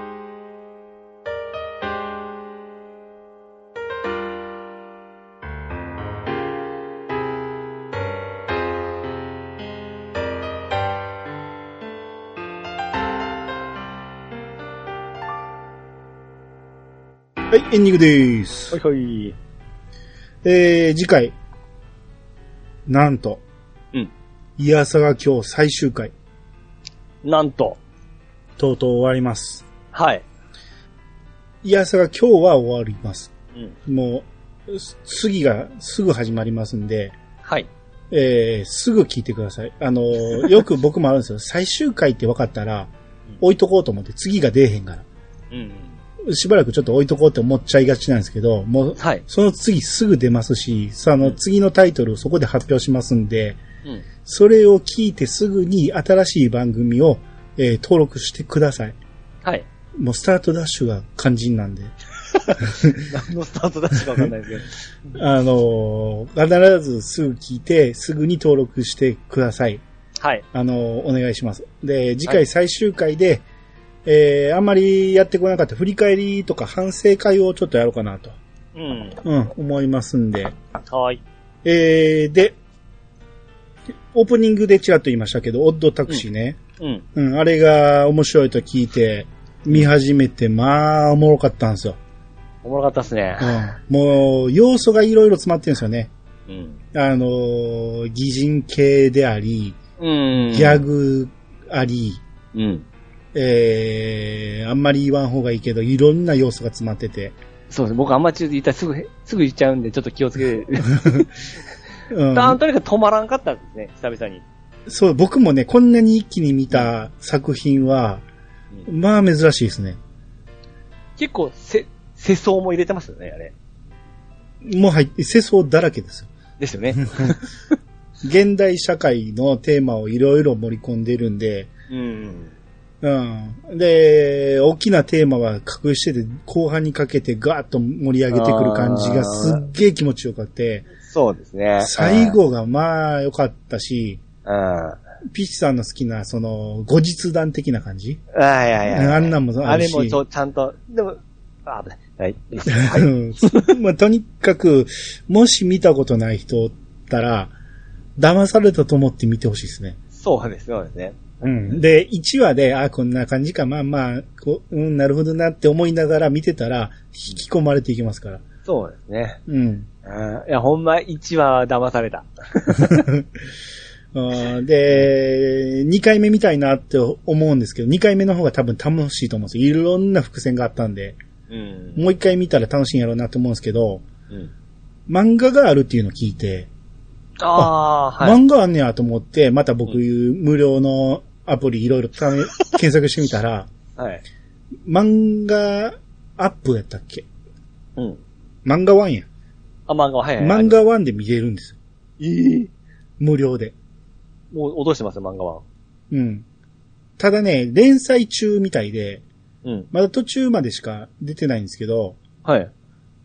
はい、エンディングでーす。 はいはい。 次回。なんと。 うん。 イヤサが今日最終回。 なんと。 とうとう終わります。 はい。 イヤサが今日は終わります。 うん。 もう、次がすぐ始まりますんで。 はい。 すぐ聞いてください。よく僕もあるんですよ。最終回って分かったら、置いとこうと思って次が出えへんから。 うん。 しばらくちょっと置いとこうって思っちゃいがちなんですけど、もう、 はい。 その次すぐ出ますし、次のタイトルをそこで発表しますんで、 うん。 それを聞いてすぐに新しい番組を、登録してください。 はい。 もうスタートダッシュが肝心なんで。 何のスタートダッシュかわかんないですけど。必ずすぐ聞いて、すぐに登録してください。 はい。 お願いします。で、次回最終回で、あんまりやってこなかった振り返りとか反省会をちょっとやろうかなと。 うん。 うん、思いますんで。 はい。 で、オープニングでちらっと言いましたけど、オッドタクシーね。 うん。 うん、あれが面白いと聞いて、見始めて、まあ、おもろかったんですよ。 おもろかったっすね。 うん。もう、要素がいろいろ詰まってるんですよね。 うん。 擬人系であり、 うん。 ギャグあり、 うん。 あんまり言わん方がいいけど、いろんな要素が詰まってて。 そうですね。僕あんまり言ったらすぐ言っちゃうんで、ちょっと気をつけて。 うん、 とにかく止まらんかったんですね、久々に。 そう、僕もね、こんなに一気に見た作品は、うん、まあ珍しいですね。 結構、世相も入れてますよね、あれ。 もう世相だらけですよ。 ですよね。 現代社会のテーマをいろいろ盛り込んでるんで、 うん。 うん。で、大きなテーマは隠してて、後半にかけてガーッと盛り上げてくる感じがすっげえ気持ちよかって。 そうですね。 最後がまあ良かったし、ピッチさんの好きな、後日談的な感じ？あんなんもあるし。 あれもちゃんと、でも、危ない。はい。 まあ、とにかく、もし見たことない人おったら、騙されたと思って見てほしいですね。 そうですね。 うん。で、1話で、こんな感じか、まあまあ、なるほどなって思いながら見てたら、引き込まれていきますから。 そうですね。 うん。 いや、ほんま、1話騙された。 で、2回目見たいなって思うんですけど、2回目の方が多分楽しいと思うんですよ。いろんな伏線があったんで。 うん、 もう1回見たら楽しいんやろうなと思うんですけど、 うん、 漫画があるっていうのを聞いて、 はい。 漫画あんねやと思って、また僕、無料のアプリいろいろ検索してみたら、 はい。 漫画アップやったっけ？ うん。 漫画1や。 漫画、はい。 漫画1で見れるんですよ。 無料で。 もう落としてますよ、漫画は。 うん。ただね、連載中みたいで、 うん。 まだ途中までしか出てないんですけど、 はい。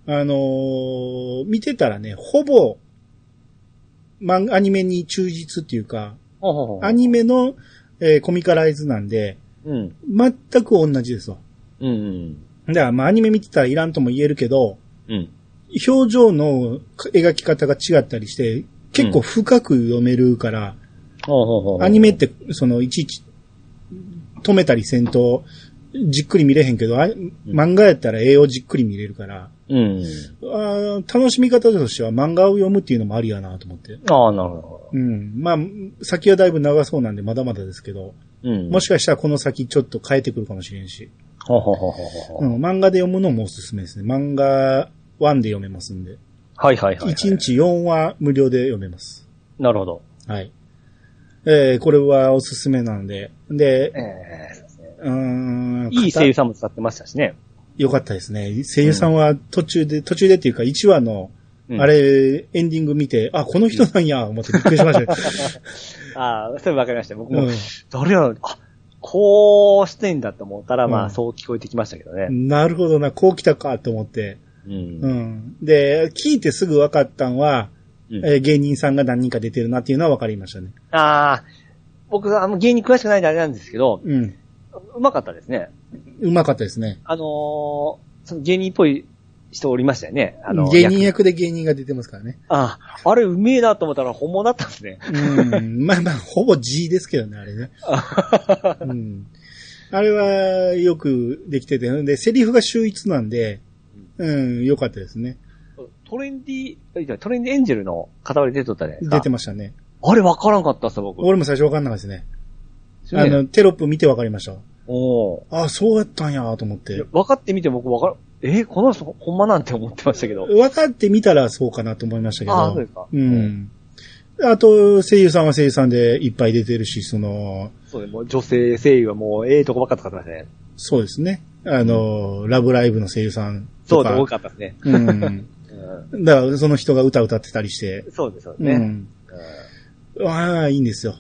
見てたらね、ほぼ、アニメに忠実っていうか、アニメの、コミカライズなんで、 うん。 全く同じですわ。 うん。 だからまあアニメ見てたらいらんとも言えるけど、 うん。 表情の描き方が違ったりして、結構深く読めるから、アニメっていちいち止めたりせんとじっくり見れへんけど、漫画やったら絵をじっくり見れるから、楽しみ方としては漫画を読むっていうのもありやなと思って。 なるほど。 うん。まあ、先はだいぶ長そうなんでまだまだですけど、もしかしたらこの先ちょっと変えてくるかもしれんし。漫画で読むのもおすすめですね。漫画1で読めますんで。 はい。 1日4話無料で読めます。 なるほど。 はい。これはおすすめなんで。で、 いい声優さんも使ってましたしね。 よかったですね。声優さんは途中でっていうか1話の、あれ、エンディング見て、あ、この人なんや、思ってびっくりしましたね。 ああ、それわかりました。僕も、誰やろ、こうしてんだと思ったら、まあ、そう聞こえてきましたけどね。 なるほどな、こう来たかと思って。で、聞いてすぐ分かったんは、芸人さんが何人か出てるなっていうのは分かりましたね。 ああ、僕、芸人詳しくないんであれなんですけど、うまかったですね。 うまかったですね。 その芸人っぽい人おりましたよね。 芸人役で芸人が出てますからね。 あれうめえなと思ったら本物だったんですね。 まあまあ、ほぼ G ですけどね、あれね。あれはよくできてて、で、セリフが秀逸なんで、よかったですね。 トレンディエンジェルの片割り出とったじゃないですか。 出てましたね。 あれ分からんかったっす、僕。 俺も最初分かんなかったですね。テロップ見て分かりました。そうやったんやと思って。 分かってみて僕この人ほんまなんて思ってましたけど。 分かってみたらそうかなと思いましたけど。 そうですか。 あと、声優さんは声優さんでいっぱい出てるし、そうね、 もう女性声優はもうとこばっか使ってましたね。そうですね。ラブライブの声優さんとか。 多かったですね。 だからその人が歌ってたりして。 そうですよね。 いいんですよ。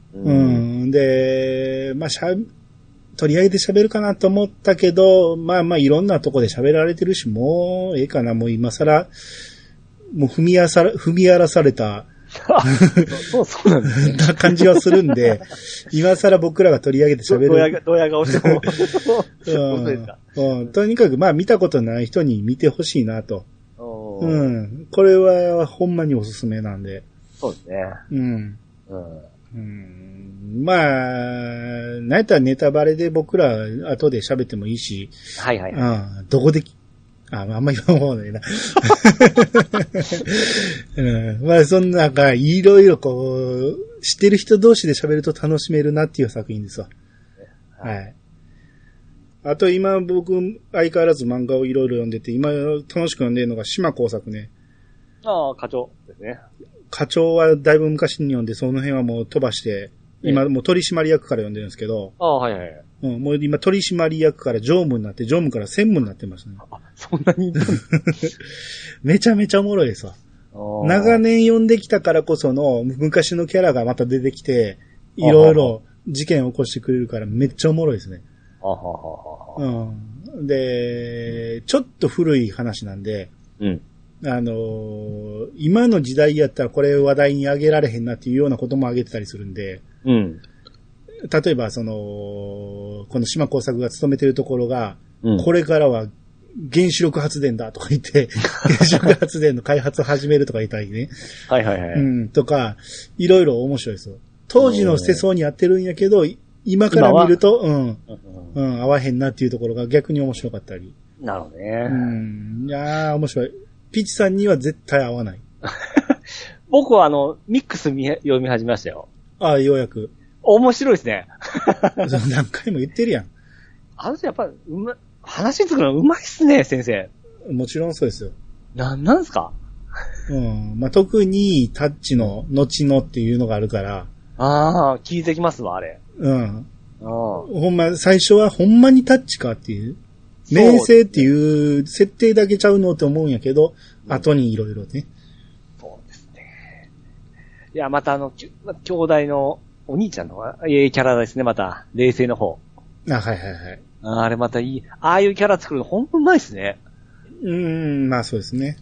で、まあ、取り上げて喋るかなと思ったけど、まあまあいろんなとこで喋られてるし、もうええかな、もう今更、もう踏み荒らされた、 そうなんですね。 な感じはするんで、今更僕らが取り上げて喋る。 ドヤ顔しても。本当ですか。 とにかくまあ見たことない人に見てほしいなと。これはほんまにおすすめなんで。 そうですね。 まあ、なんやったらネタバレで僕ら後で喋ってもいいし。どこで、あんま言わん方がいいな。まあそんながいろいろ知ってる人同士で喋ると楽しめるなっていう作品ですわ。あと今僕相変わらず漫画をいろいろ読んでて、今楽しく読んでるのが島耕作ね。 課長ですね。 課長はだいぶ昔に読んで、その辺はもう飛ばして、今もう取締役から読んでるんですけど。もう今取締役から常務になって、常務から専務になってますね。 そんなにめちゃめちゃおもろいですわ。長年読んできたからこその昔のキャラがまた出てきて、いろいろ事件を起こしてくれるからめっちゃおもろいですね。で、ちょっと古い話なんで、今の時代やったらこれ話題に上げられへんなっていうようなことも上げてたりするんで、例えばこの島耕作が勤めてるところが、これからは原子力発電だとか言って、原子力発電の開発を始めるとか言ったりね。とか、いろいろ面白いですよ。当時の世相にやってるんやけど、今から見ると、合わへんなっていうところが逆に面白かったり。 なるほどね。 いやー、面白い。ピチさんには絶対合わない。 僕はミックス読み始めましたよ。 ようやく。 面白いですね。 何回も言ってるやん。 やっぱ、話作るの上手いっすね、先生。 もちろんそうですよ。 なんすか？ まあ、特にタッチの後のっていうのがあるから。 聞いてきますわ、あれ。 ほんま、最初はほんまにタッチかっていう。名声っていう設定だけちゃうのって思うんやけど、後にいろいろね。 そうですね。いや、また兄弟のお兄ちゃんのキャラですね、また。冷静の方。あれまたいい。ああいうキャラ作るのほんとうまいっすね。 まあそうですね。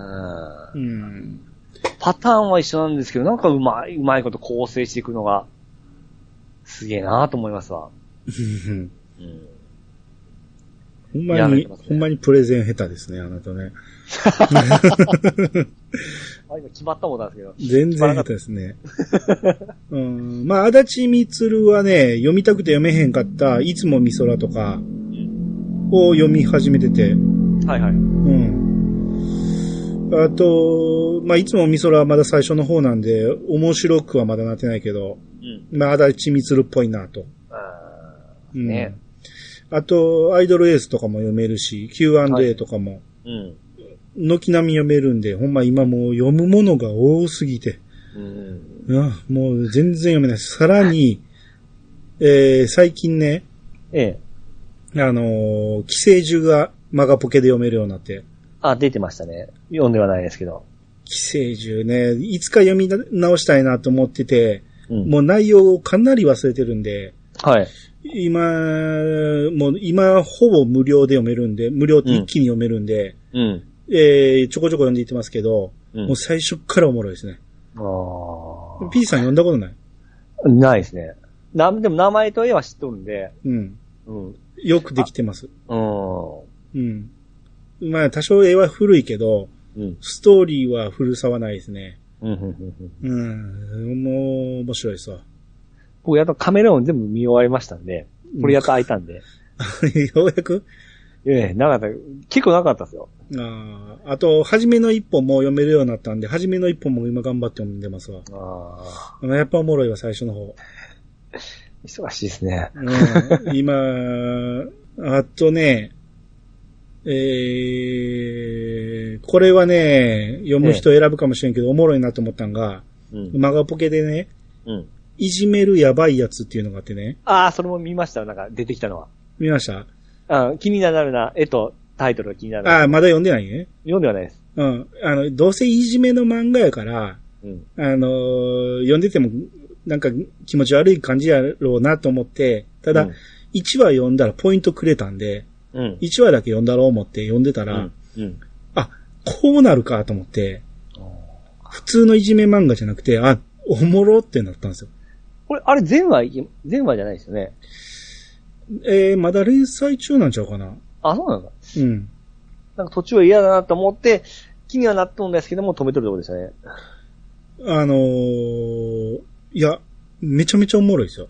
パターンは一緒なんですけど、なんかうまいこと構成していくのが、すげえなと思いますわ。 ほんまにプレゼン下手ですね、あなたね。 今決まったもんなんですけど。 全然下手ですね。まあ、足立みつるはね、読みたくて読めへんかった、いつもみそらとか、を読み始めてて。あと、まあ、いつもみそらはまだ最初の方なんで、面白くはまだなってないけど、まあ、足立みつるっぽいなと。あと、アイドルエースとかも読めるし、Q&A とかも、軒並み読めるんで、ほんま今もう読むものが多すぎて、もう全然読めない。さらに、最近ね、寄生獣がマガポケで読めるようになって。 あ、出てましたね。読んではないですけど。 寄生獣ね、いつか読み直したいなと思ってて、 うん、 もう内容をかなり忘れてるんで、 はい。 今、ほぼ無料で読めるんで、無料って一気に読めるんで、 うん。 ちょこちょこ読んでいってますけど、 うん、 もう最初からおもろいですね。P さん読んだことない？ ないですね。でも名前と絵は知っとるんで。 うん。 うん。 よくできてます。 うん。 まあ、多少絵は古いけど、 うん、 ストーリーは古さはないですね。 もう面白いですわ。 僕やっとカメレオン全部見終わりましたんで、これやっと開いたんで。 ようやく？ なかった。結構なかったですよ。 あと、初めの一本も読めるようになったんで、初めの一本も今頑張って読んでますわ。やっぱおもろいわ、最初の方。 忙しいですね。 今、あとね、これはね、読む人選ぶかもしれんけど、おもろいなと思ったんが、マガポケでね、いじめるやばいやつっていうのがあってね。 それも見ました。なんか出てきたのは。 見ました？ 気になるな。絵とタイトルが気になる。 まだ読んでないね。 読んではないです。 どうせいじめの漫画やから、読んでても、なんか気持ち悪い感じやろうなと思って、ただ、1話読んだらポイントくれたんで、1話だけ読んだろう思って読んでたら、こうなるかと思って、普通のいじめ漫画じゃなくて、おもろってなったんですよ。 これ、あれ全話じゃないですよね。 まだ連載中なんちゃうかな。 そうなんだ。なんか途中は嫌だなと思って、気にはなったんですけども、止めとるところでしたね。 いや、めちゃめちゃおもろいですよ。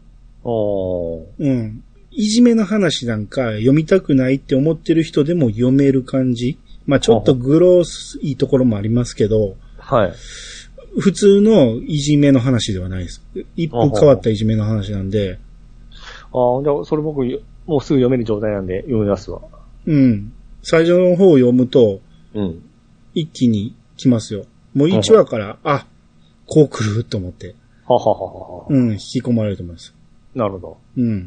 いじめの話なんか読みたくないって思ってる人でも読める感じ。まあちょっとグロいところもありますけど、 はい。 普通のいじめの話ではないです。一風変わったいじめの話なんで。 じゃあ、それ僕、もうすぐ読める状態なんで読みますわ。 最初の方を読むと、一気に来ますよ。もう1話から、こう来ると思って。引き込まれると思います。 なるほど。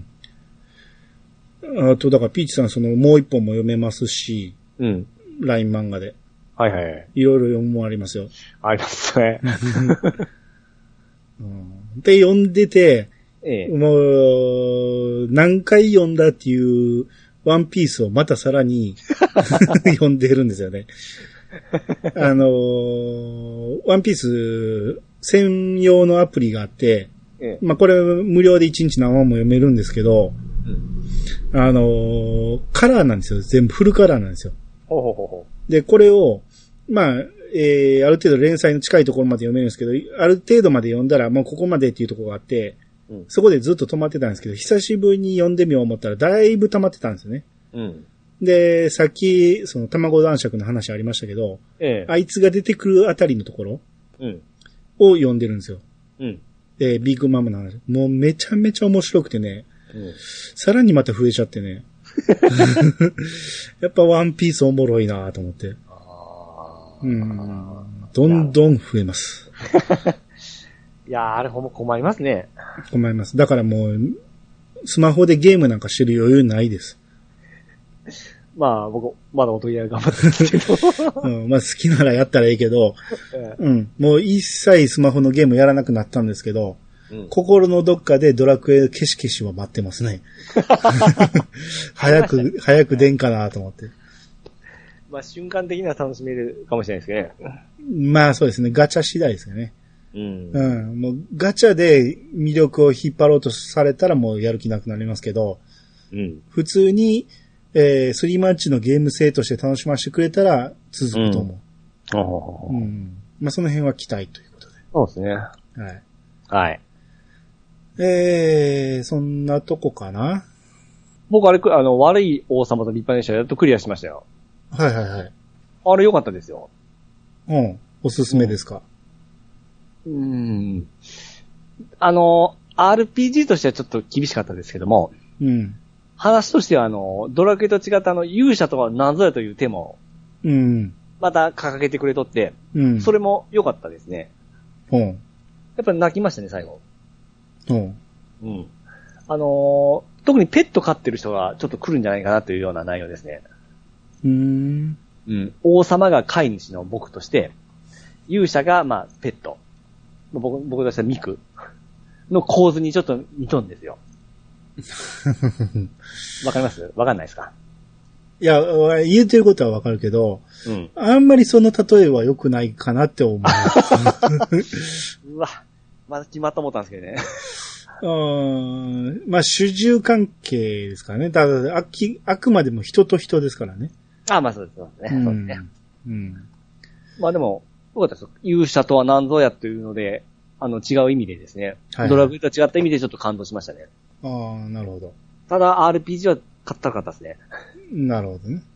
あと、だから、ピーチさん、もう一本も読めますし、LINE 漫画で。 はいはい。 いろいろ読むもありますよ。 ありますね。 で、読んでて、もう、何回読んだっていうワンピースをまたさらに読んでるんですよね。ワンピース専用のアプリがあって、まあ、これ無料で1日何話も読めるんですけど、カラーなんですよ。全部フルカラーなんですよ。で、これを、まあ、ある程度連載の近いところまで読めるんですけど、ある程度まで読んだら、もうここまでっていうところがあって、そこでずっと止まってたんですけど、久しぶりに読んでみよう思ったら、だいぶ溜まってたんですよね。で、さっき、卵男爵の話ありましたけど、あいつが出てくるあたりのところを読んでるんですよ。ビッグマムの話。もうめちゃめちゃ面白くてね、さらにまた増えちゃってね。やっぱワンピースおもろいなと思って。どんどん増えます。 いやー、あれほんま困りますね。 困ります。だからもう、スマホでゲームなんかしてる余裕ないです。 まあ、僕、まだおとりあえ頑張ってますけど。 まあ好きならやったらいいけど、もう一切スマホのゲームやらなくなったんですけど、心のどっかでドラクエ消し消しは待ってますね。早く出んかなと思って。 まあ瞬間的には楽しめるかもしれないですけどね。 まあそうですね。ガチャ次第ですよね。もうガチャで魅力を引っ張ろうとされたらもうやる気なくなりますけど、普通に、スリーマッチのゲーム性として楽しませてくれたら続くと思う。まあその辺は期待ということで。 そうですね。はい。 そんなとこかな。 僕あれ、悪い王様と立派な人やっとクリアしましたよ。 あれ良かったですよ。 おすすめですか。 RPG としてはちょっと厳しかったですけども、話としてはドラクエと違った勇者とは何ぞやというテーマを、また掲げてくれとって、それも良かったですね。やっぱり泣きましたね、最後。特にペット飼ってる人がちょっと来るんじゃないかなというような内容ですね。 うん。王様が飼い主の僕として、勇者が、まあ、ペット。僕としてはミクの構図にちょっと似とんですよ。わかります？わかんないですか？ いや、言ってることはわかるけど、あんまりその例えは良くないかなって思う。 うわ、まだ決まった思ったんですけどね。 まあ、主従関係ですからね。ただ、あくまでも人と人ですからね。 まあそうですね。そうですね。まあでも、よかったです。勇者とは何ぞやっていうので、違う意味でですね。はいはい、ドラクエと違った意味でちょっと感動しましたね。 なるほど。 ただ、RPG は買ったらかったですね。 なるほどね。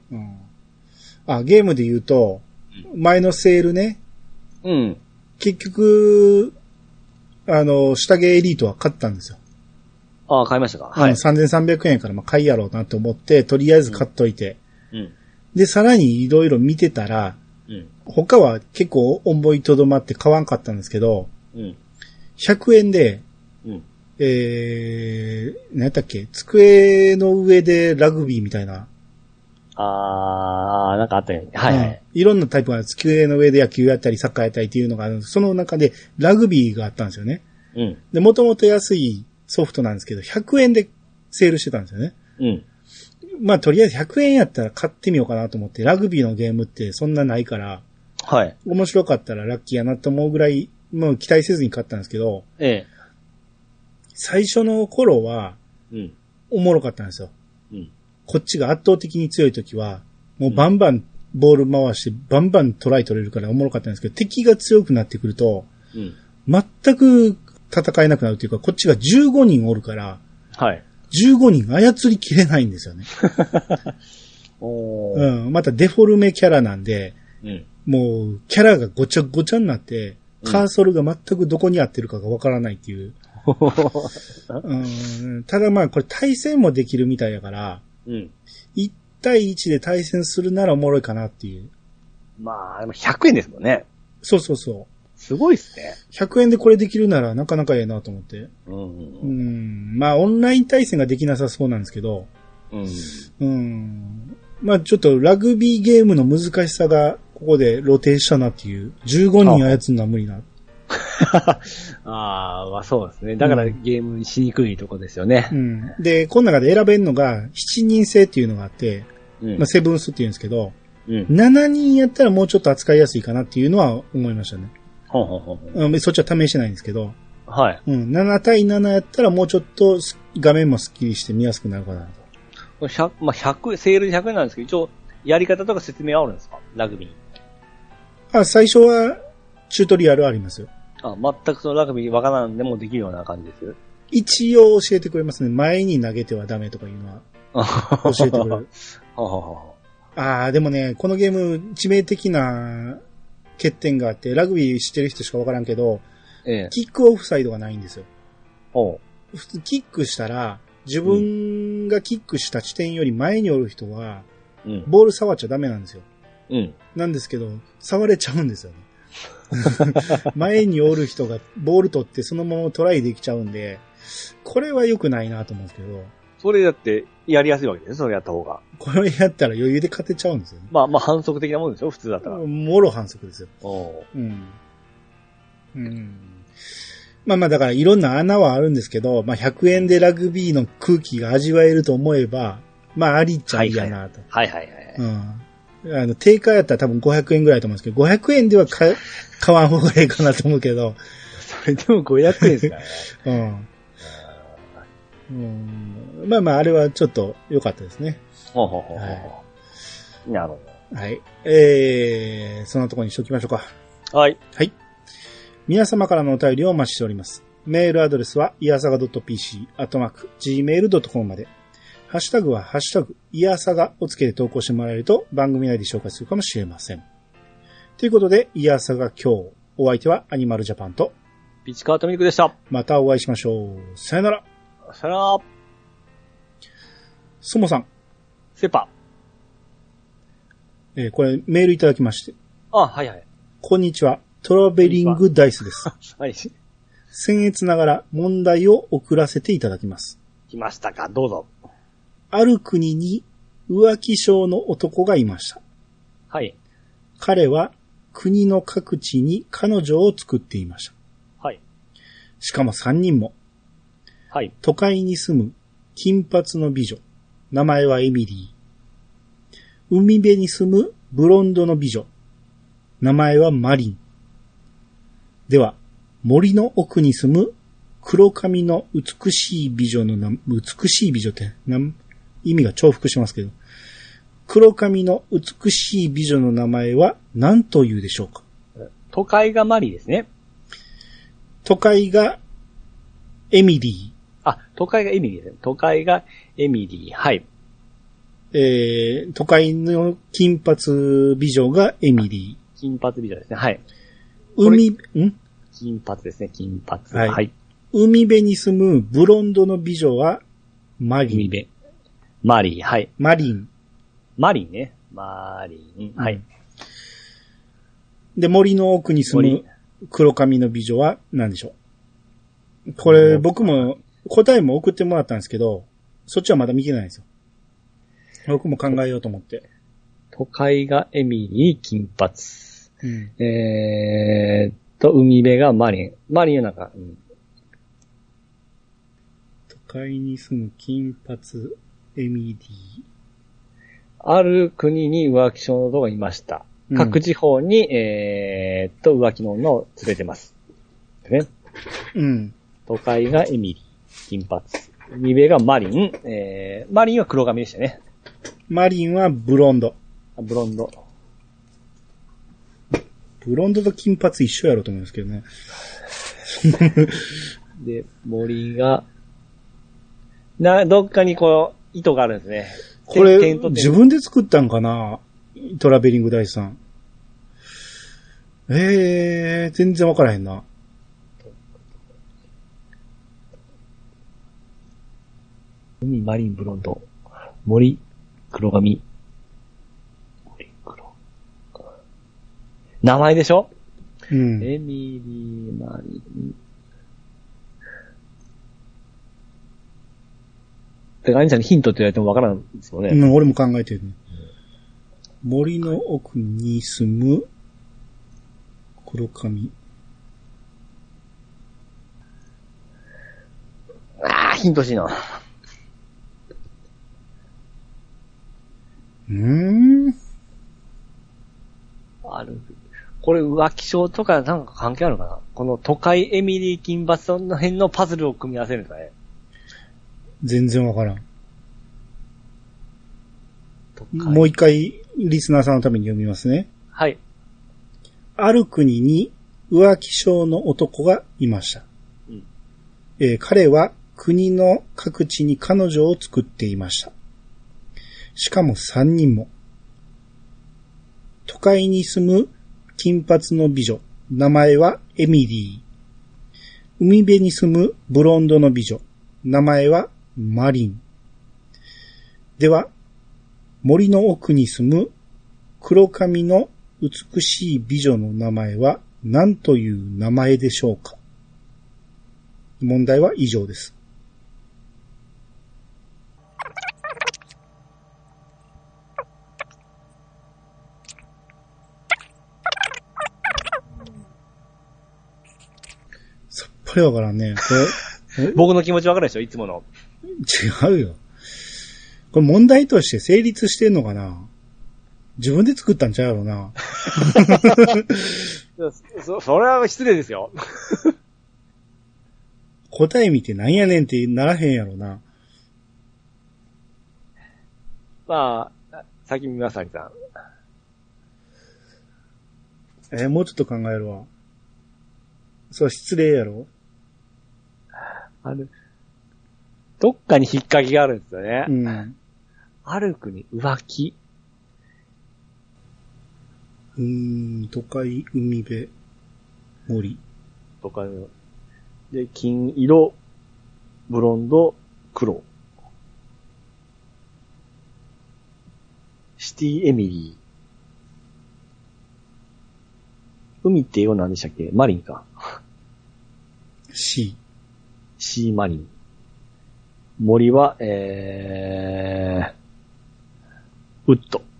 ゲームで言うと、前のセールね。結局、下着エリートは買ったんですよ。 買いましたか？はい。 3300円から買いやろうなと思って、とりあえず買っといて。で、さらにいろいろ見てたら、他は結構思いとどまって買わんかったんですけど、100円で、何やったっけ？机の上でラグビーみたいな。 なんかあったよね。はいはい。 いろんなタイプが机の上で野球やったりサッカーやったりっていうのがあるんです。その中でラグビーがあったんですよね。で、もともと安いソフトなんですけど、100円でセールしてたんですよね。まあ、とりあえず100円やったら買ってみようかなと思って、ラグビーのゲームってそんなないから、 はい。 面白かったらラッキーやなと思うぐらい、もう期待せずに買ったんですけど、最初の頃は、おもろかったんですよ。こっちが圧倒的に強い時は、もうバンバンボール回して、バンバントライ取れるからおもろかったんですけど、敵が強くなってくると、全く戦えなくなるというか、こっちが15人おるから、 はい。 15人操りきれないんですよね。またデフォルメキャラなんで、もうキャラがごちゃごちゃになって、カーソルが全くどこに合ってるかがわからないっていう。ただまあこれ対戦もできるみたいだから、1対1で対戦するならおもろいかなっていう。 まあ、でも100円ですもんね。 そうそうそう。 すごいっすね。 100円でこれできるならなかなかええなと思って。まあオンライン対戦ができなさそうなんですけど、まあちょっとラグビーゲームの難しさがここで露呈したなっていう。15人操るのは無理な。 まあそうですね。だからゲームしにくいとこですよね。 で、この中で選べるのが7人制っていうのがあって、まあセブンスって言うんですけど、7人やったらもうちょっと扱いやすいかなっていうのは思いましたね。そっちは試してないんですけど、 はい。 7対7やったらもうちょっと画面もスッキリして見やすくなるかなと。 まあ、セールで100円なんですけど、一応、やり方とか説明はあるんですか？ラグビー。最初は、チュートリアルありますよ。 全くそのラグビーわからんでもできるような感じです。 一応教えてくれますね。前に投げてはダメとかいうのは、教えてくれる。でもね、このゲーム、致命的な欠点があって、ラグビー知ってる人しかわからんけど、キックオフサイドがないんですよ。普通キックしたら、自分がキックした地点より前におる人は、ボール触っちゃダメなんですよ。なんですけど、触れちゃうんですよね。前におる人がボール取ってそのままトライできちゃうんで、これは良くないなと思うんですけど。 それだってやりやすいわけですね、それやった方が。 これやったら余裕で勝てちゃうんですよね。 まあ反則的なもんですよ、普通だったら。 もろ反則ですよ。まあだからいろんな穴はあるんですけど、まあ100円でラグビーの空気が味わえると思えば、まあありっちゃいいやなと。定価やったら多分500円ぐらいと思うんですけど、500円では買わん方がいいかなと思うけど。 それでも500円ですからね。 まああれはちょっと良かったですね。 なるほど。はい。そんなところにしときましょうか。 はい。 はい。皆様からのお便りをお待ちしております。メールアドレスは、いやさが .pc@gmail.com まで。ハッシュタグは、ハッシュタグ、いやさがをつけて投稿してもらえると番組内で紹介するかもしれません。ということで、いやさが今日、お相手はアニマルジャパンと、 ピチカートミルクでした。 またお会いしましょう。さよなら。 さよなら。 そもさん。 セパ。 これメールいただきまして。 はいはい。 こんにちは。トラベリングダイスです。 はい。 僭越ながら問題を送らせていただきます。 来ましたか、どうぞ。 ある国に浮気症の男がいました。 はい。 彼は国の各地に彼女を作っていました。 はい。 しかも3人も。 はい。 都会に住む金髪の美女。名前はエミリー。海辺に住むブロンドの美女。名前はマリン。では、森の奥に住む黒髪の美しい美女美しい美女って意味が重複しますけど。黒髪の美しい美女の名前は何というでしょうか？ 都会がマリーですね。 都会がエミリー。都会がエミリーですね。都会がエミリー。はい。 都会の金髪美女がエミリー。 金髪美女ですね。はい。金髪ですね。金髪。 はい。はい、海辺に住むブロンドの美女はマリン。 海辺。マリー。はい。 マリン。 マリンね。マリン。はい。 で、森の奥に住む黒髪の美女は何でしょう？これ僕も答えも送ってもらったんですけど、そっちはまだ見てないんですよ。僕も考えようと思って。 都会がエミリー金髪。 うん、 海辺がマリン。マリンはなんか、 都会に住む金髪エミリー。 ある国に浮気症の男がいました。各地方に、浮気の女を連れてます。ね。 うん。 都会がエミリー、金髪。海辺がマリン。マリンは黒髪でしたね。 マリンはブロンド。 ブロンド。 ブロンドと金髪一緒やろうと思うんですけどね。 で、森が、どっかにこう、糸があるんですね。 これ、自分で作ったんかな？トラベリングダイスさん。全然わからへんな。 海、マリン、ブロンド。森、黒髪。森、黒。名前でしょ？ うん。 エミリー、マリン。てか、兄さんにヒントって言われてもわからんですよね。 俺も考えてるね。森の奥に住む黒髪。 ヒント欲しいな。これ浮気症とかなんか関係あるかな？この都会エミリー金髪の辺のパズルを組み合わせるんですかね？ 全然わからん。もう一回リスナーさんのために読みますね。 はい。 ある国に浮気症の男がいました。彼は国の各地に彼女を作っていました。しかも3人も。都会に住む金髪の美女。名前はエミリー。海辺に住むブロンドの美女。名前はマリン。では、森の奥に住む黒髪の美しい美女の名前は何という名前でしょうか？問題は以上です。さっぱりわからんね。これ僕の気持ちわかるでしょ？いつもの。 違うよ。これ問題として成立してんのかな？自分で作ったんちゃうやろな。 それは失礼ですよ。 答え見てなんやねんってならへんやろな。 まあ、先見まさりさん。もうちょっと考えるわ。そう失礼やろ？ どっかに引っかきがあるんですよね。 うん。 ある国、浮気。 都会、海辺、森。 都会の。で、金色、ブロンド、黒。シティエミリー。海って英語何でしたっけ？マリンか。 シーマリン。森は、 ウッド。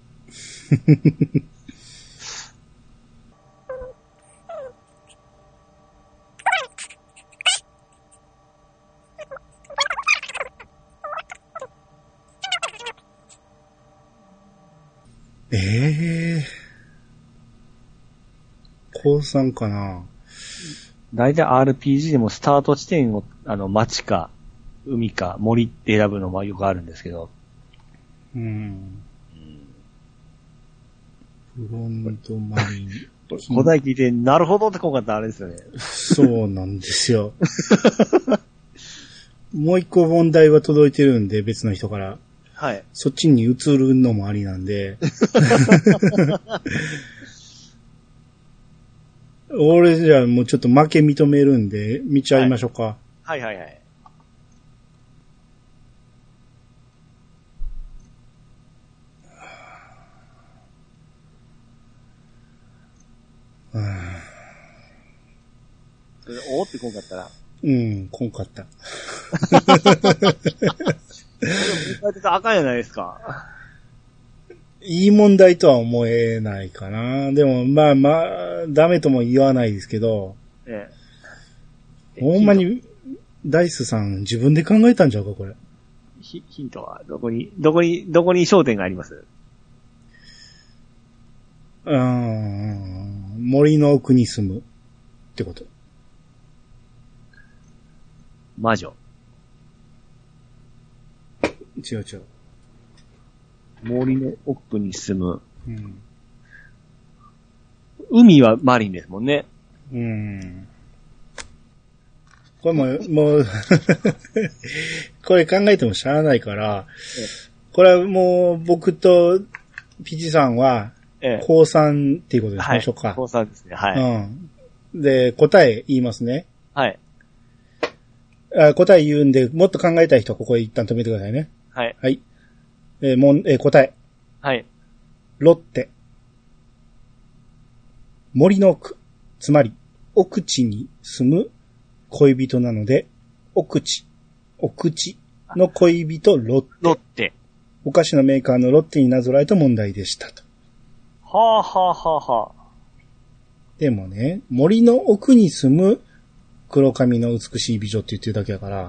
高3かな。 だいたい RPG でもスタート地点を、街か、海か、森って選ぶのもよくあるんですけど。 フロントマリン。 答え聞いて、なるほどってこうかったらあれですよね。 そうなんですよ。もう一個問題は届いてるんで、別の人から。 はい。 そっちに移るのもありなんで。俺じゃあもうちょっと負け認めるんで、見ちゃいましょうか。 はいはいはい。おーってこんかったら。 こんかった。 あかんやないですか。 いい問題とは思えないかな。でも、まあまあ、ダメとも言わないですけど、ほんまに、ダイスさん自分で考えたんちゃうか、これ。 ヒントは、どこに焦点があります？ 森の奥に住むってこと。 魔女。 違う。 森の奥に住む。海はマリンですもんね。 これもう、これ考えてもしゃあないから、これはもう僕とピチさんは、高3っていうことにしましょうか。 高3ですね。はい。 で、答え言いますね。 はい。 答え言うんで、もっと考えたい人はここへ一旦止めてくださいね。 はい。 はい。答え。 はい。 ロッテ。森の奥。つまり、奥地に住む恋人なので、奥地の恋人ロッテ。お菓子のメーカーのロッテになぞらえた問題でしたと。 はあ。 でもね、森の奥に住む黒髪の美しい美女って言ってるだけだから、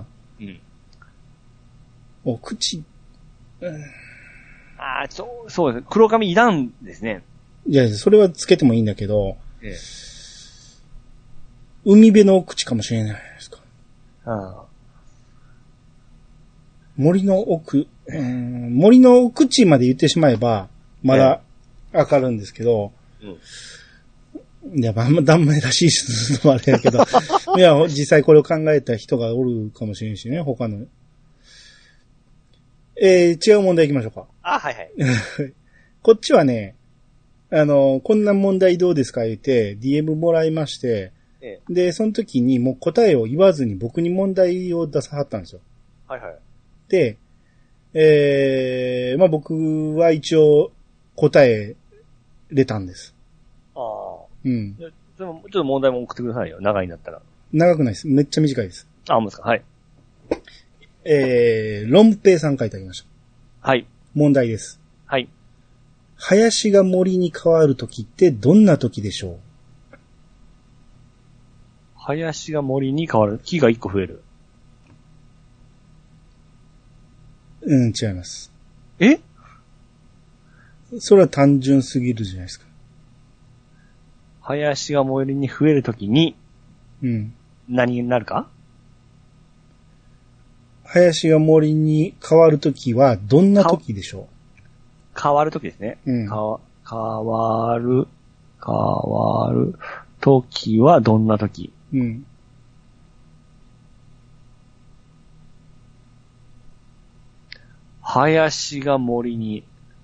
奥地、 そうです。黒髪いらんですね。 いや、それはつけてもいいんだけど、海辺の奥地かもしれないですか。森の奥地まで言ってしまえば、まだわかるんですけど、いや、あんまだんまりらしい人もあれやけど、いや、実際これを考えた人がおるかもしれんしね、他の。違う問題行きましょうか。 はいはい。 こっちはね、こんな問題どうですか言って、DM もらいまして、で、その時にもう答えを言わずに僕に問題を出さはったんですよ。 はいはい。 で、まあ僕は一応答えれたんです。 でもちょっと問題も送ってくださいよ。長いんだったら。 長くないです。めっちゃ短いです。 もうですか。はい。 ロンペイさん書いてありました。 はい。 問題です。 はい。 林が森に変わるときってどんなときでしょう？ 林が森に変わる。木が1個増える。 違います。 え？ それは単純すぎるじゃないですか。 林が森に増えるときに、何になるか？ 林が森に変わるときはどんなときでしょう？ 変わるときですね。変わるときはどんなとき？林が森に。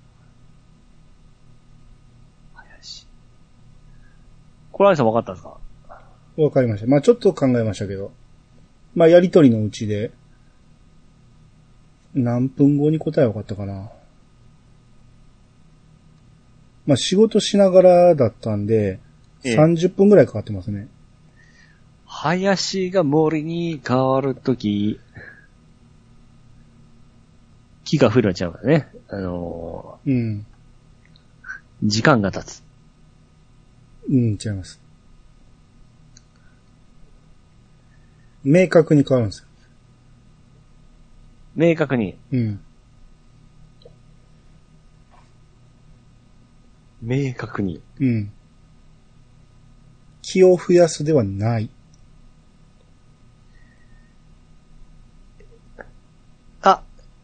これアイさん分かったんですか？ わかりました。まあちょっと考えましたけど。まあやりとりのうちで、何分後に答え分かったかな。まあ仕事しながらだったんで、30分ぐらいかかってますね。 林が森に変わるとき、 木が増えるのちゃうからね。 うん。 時間が経つ。 うん、違います。明確に変わるんですよ。 明確に。 うん。 明確に。 うん。気を増やすではない。 あ。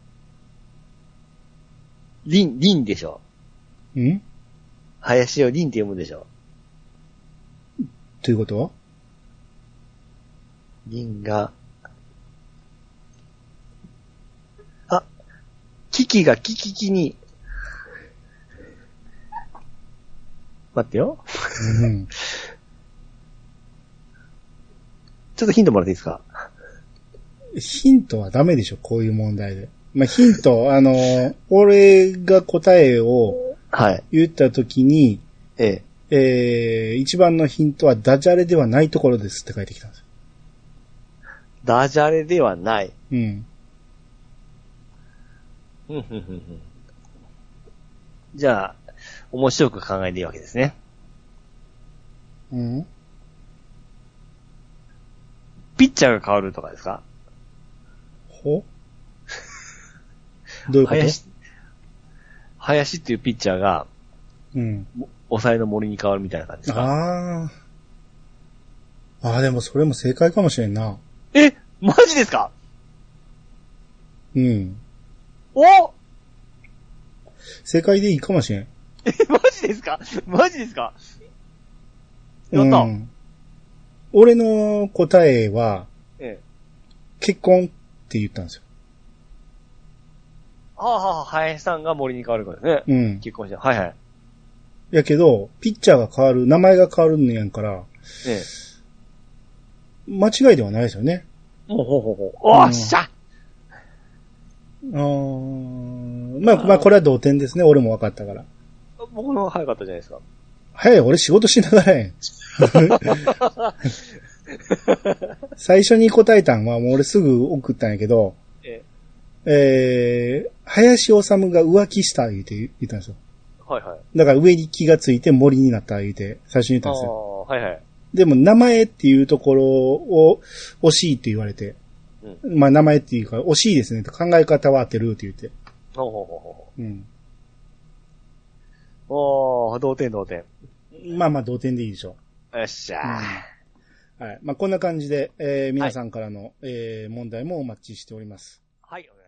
林でしょ。 ん？ 林を林って読むでしょ。 ということは？ 林が、キキがキキキに、待ってよ。 うん、 ちょっとヒントもらっていいですか？ ヒントはダメでしょ、こういう問題で。まあ、ヒント、俺が答えを言ったときに、 はい、 一番のヒントはダジャレではないところですって書いてきたんですよ。 ダジャレではない。 うん。 じゃあ、面白く考えていいわけですね。 うん。 ピッチャーが変わるとかですか？ ほ？どういうこと？ 林っていうピッチャーが、 うん。 抑えの森に変わるみたいな感じですか？ ああ、でもそれも正解かもしれんな。 え？マジですか？ うん。 お！ 正解でいいかもしれん。 マジですか？マジですか？やった。うん、 俺の答えは、結婚って言ったんですよ。 林さんが森に変わるからね。 うん。 結婚して。はいはい。 やけど、ピッチャーが変わる、名前が変わるんやんから、間違いではないですよね。 おっしゃ！ まあ、これは同点ですね。俺も分かったから。 僕の早かったじゃないですか。 早い、俺仕事しながらやん。最初に答えたんはもう俺すぐ送ったんやけど、林修が浮気した言ったんですよ。はいはい。だから上に気がついて森になった言って最初に言ったんですよ。はいはい。でも名前っていうところを惜しいって言われて、まあ名前っていうか惜しいですね。考え方は合ってるって言って。うん。 同点。 まあ同点でいいでしょう。よっしゃー。 はい。まあこんな感じで、皆さんからの、問題もお待ちしております。 はい。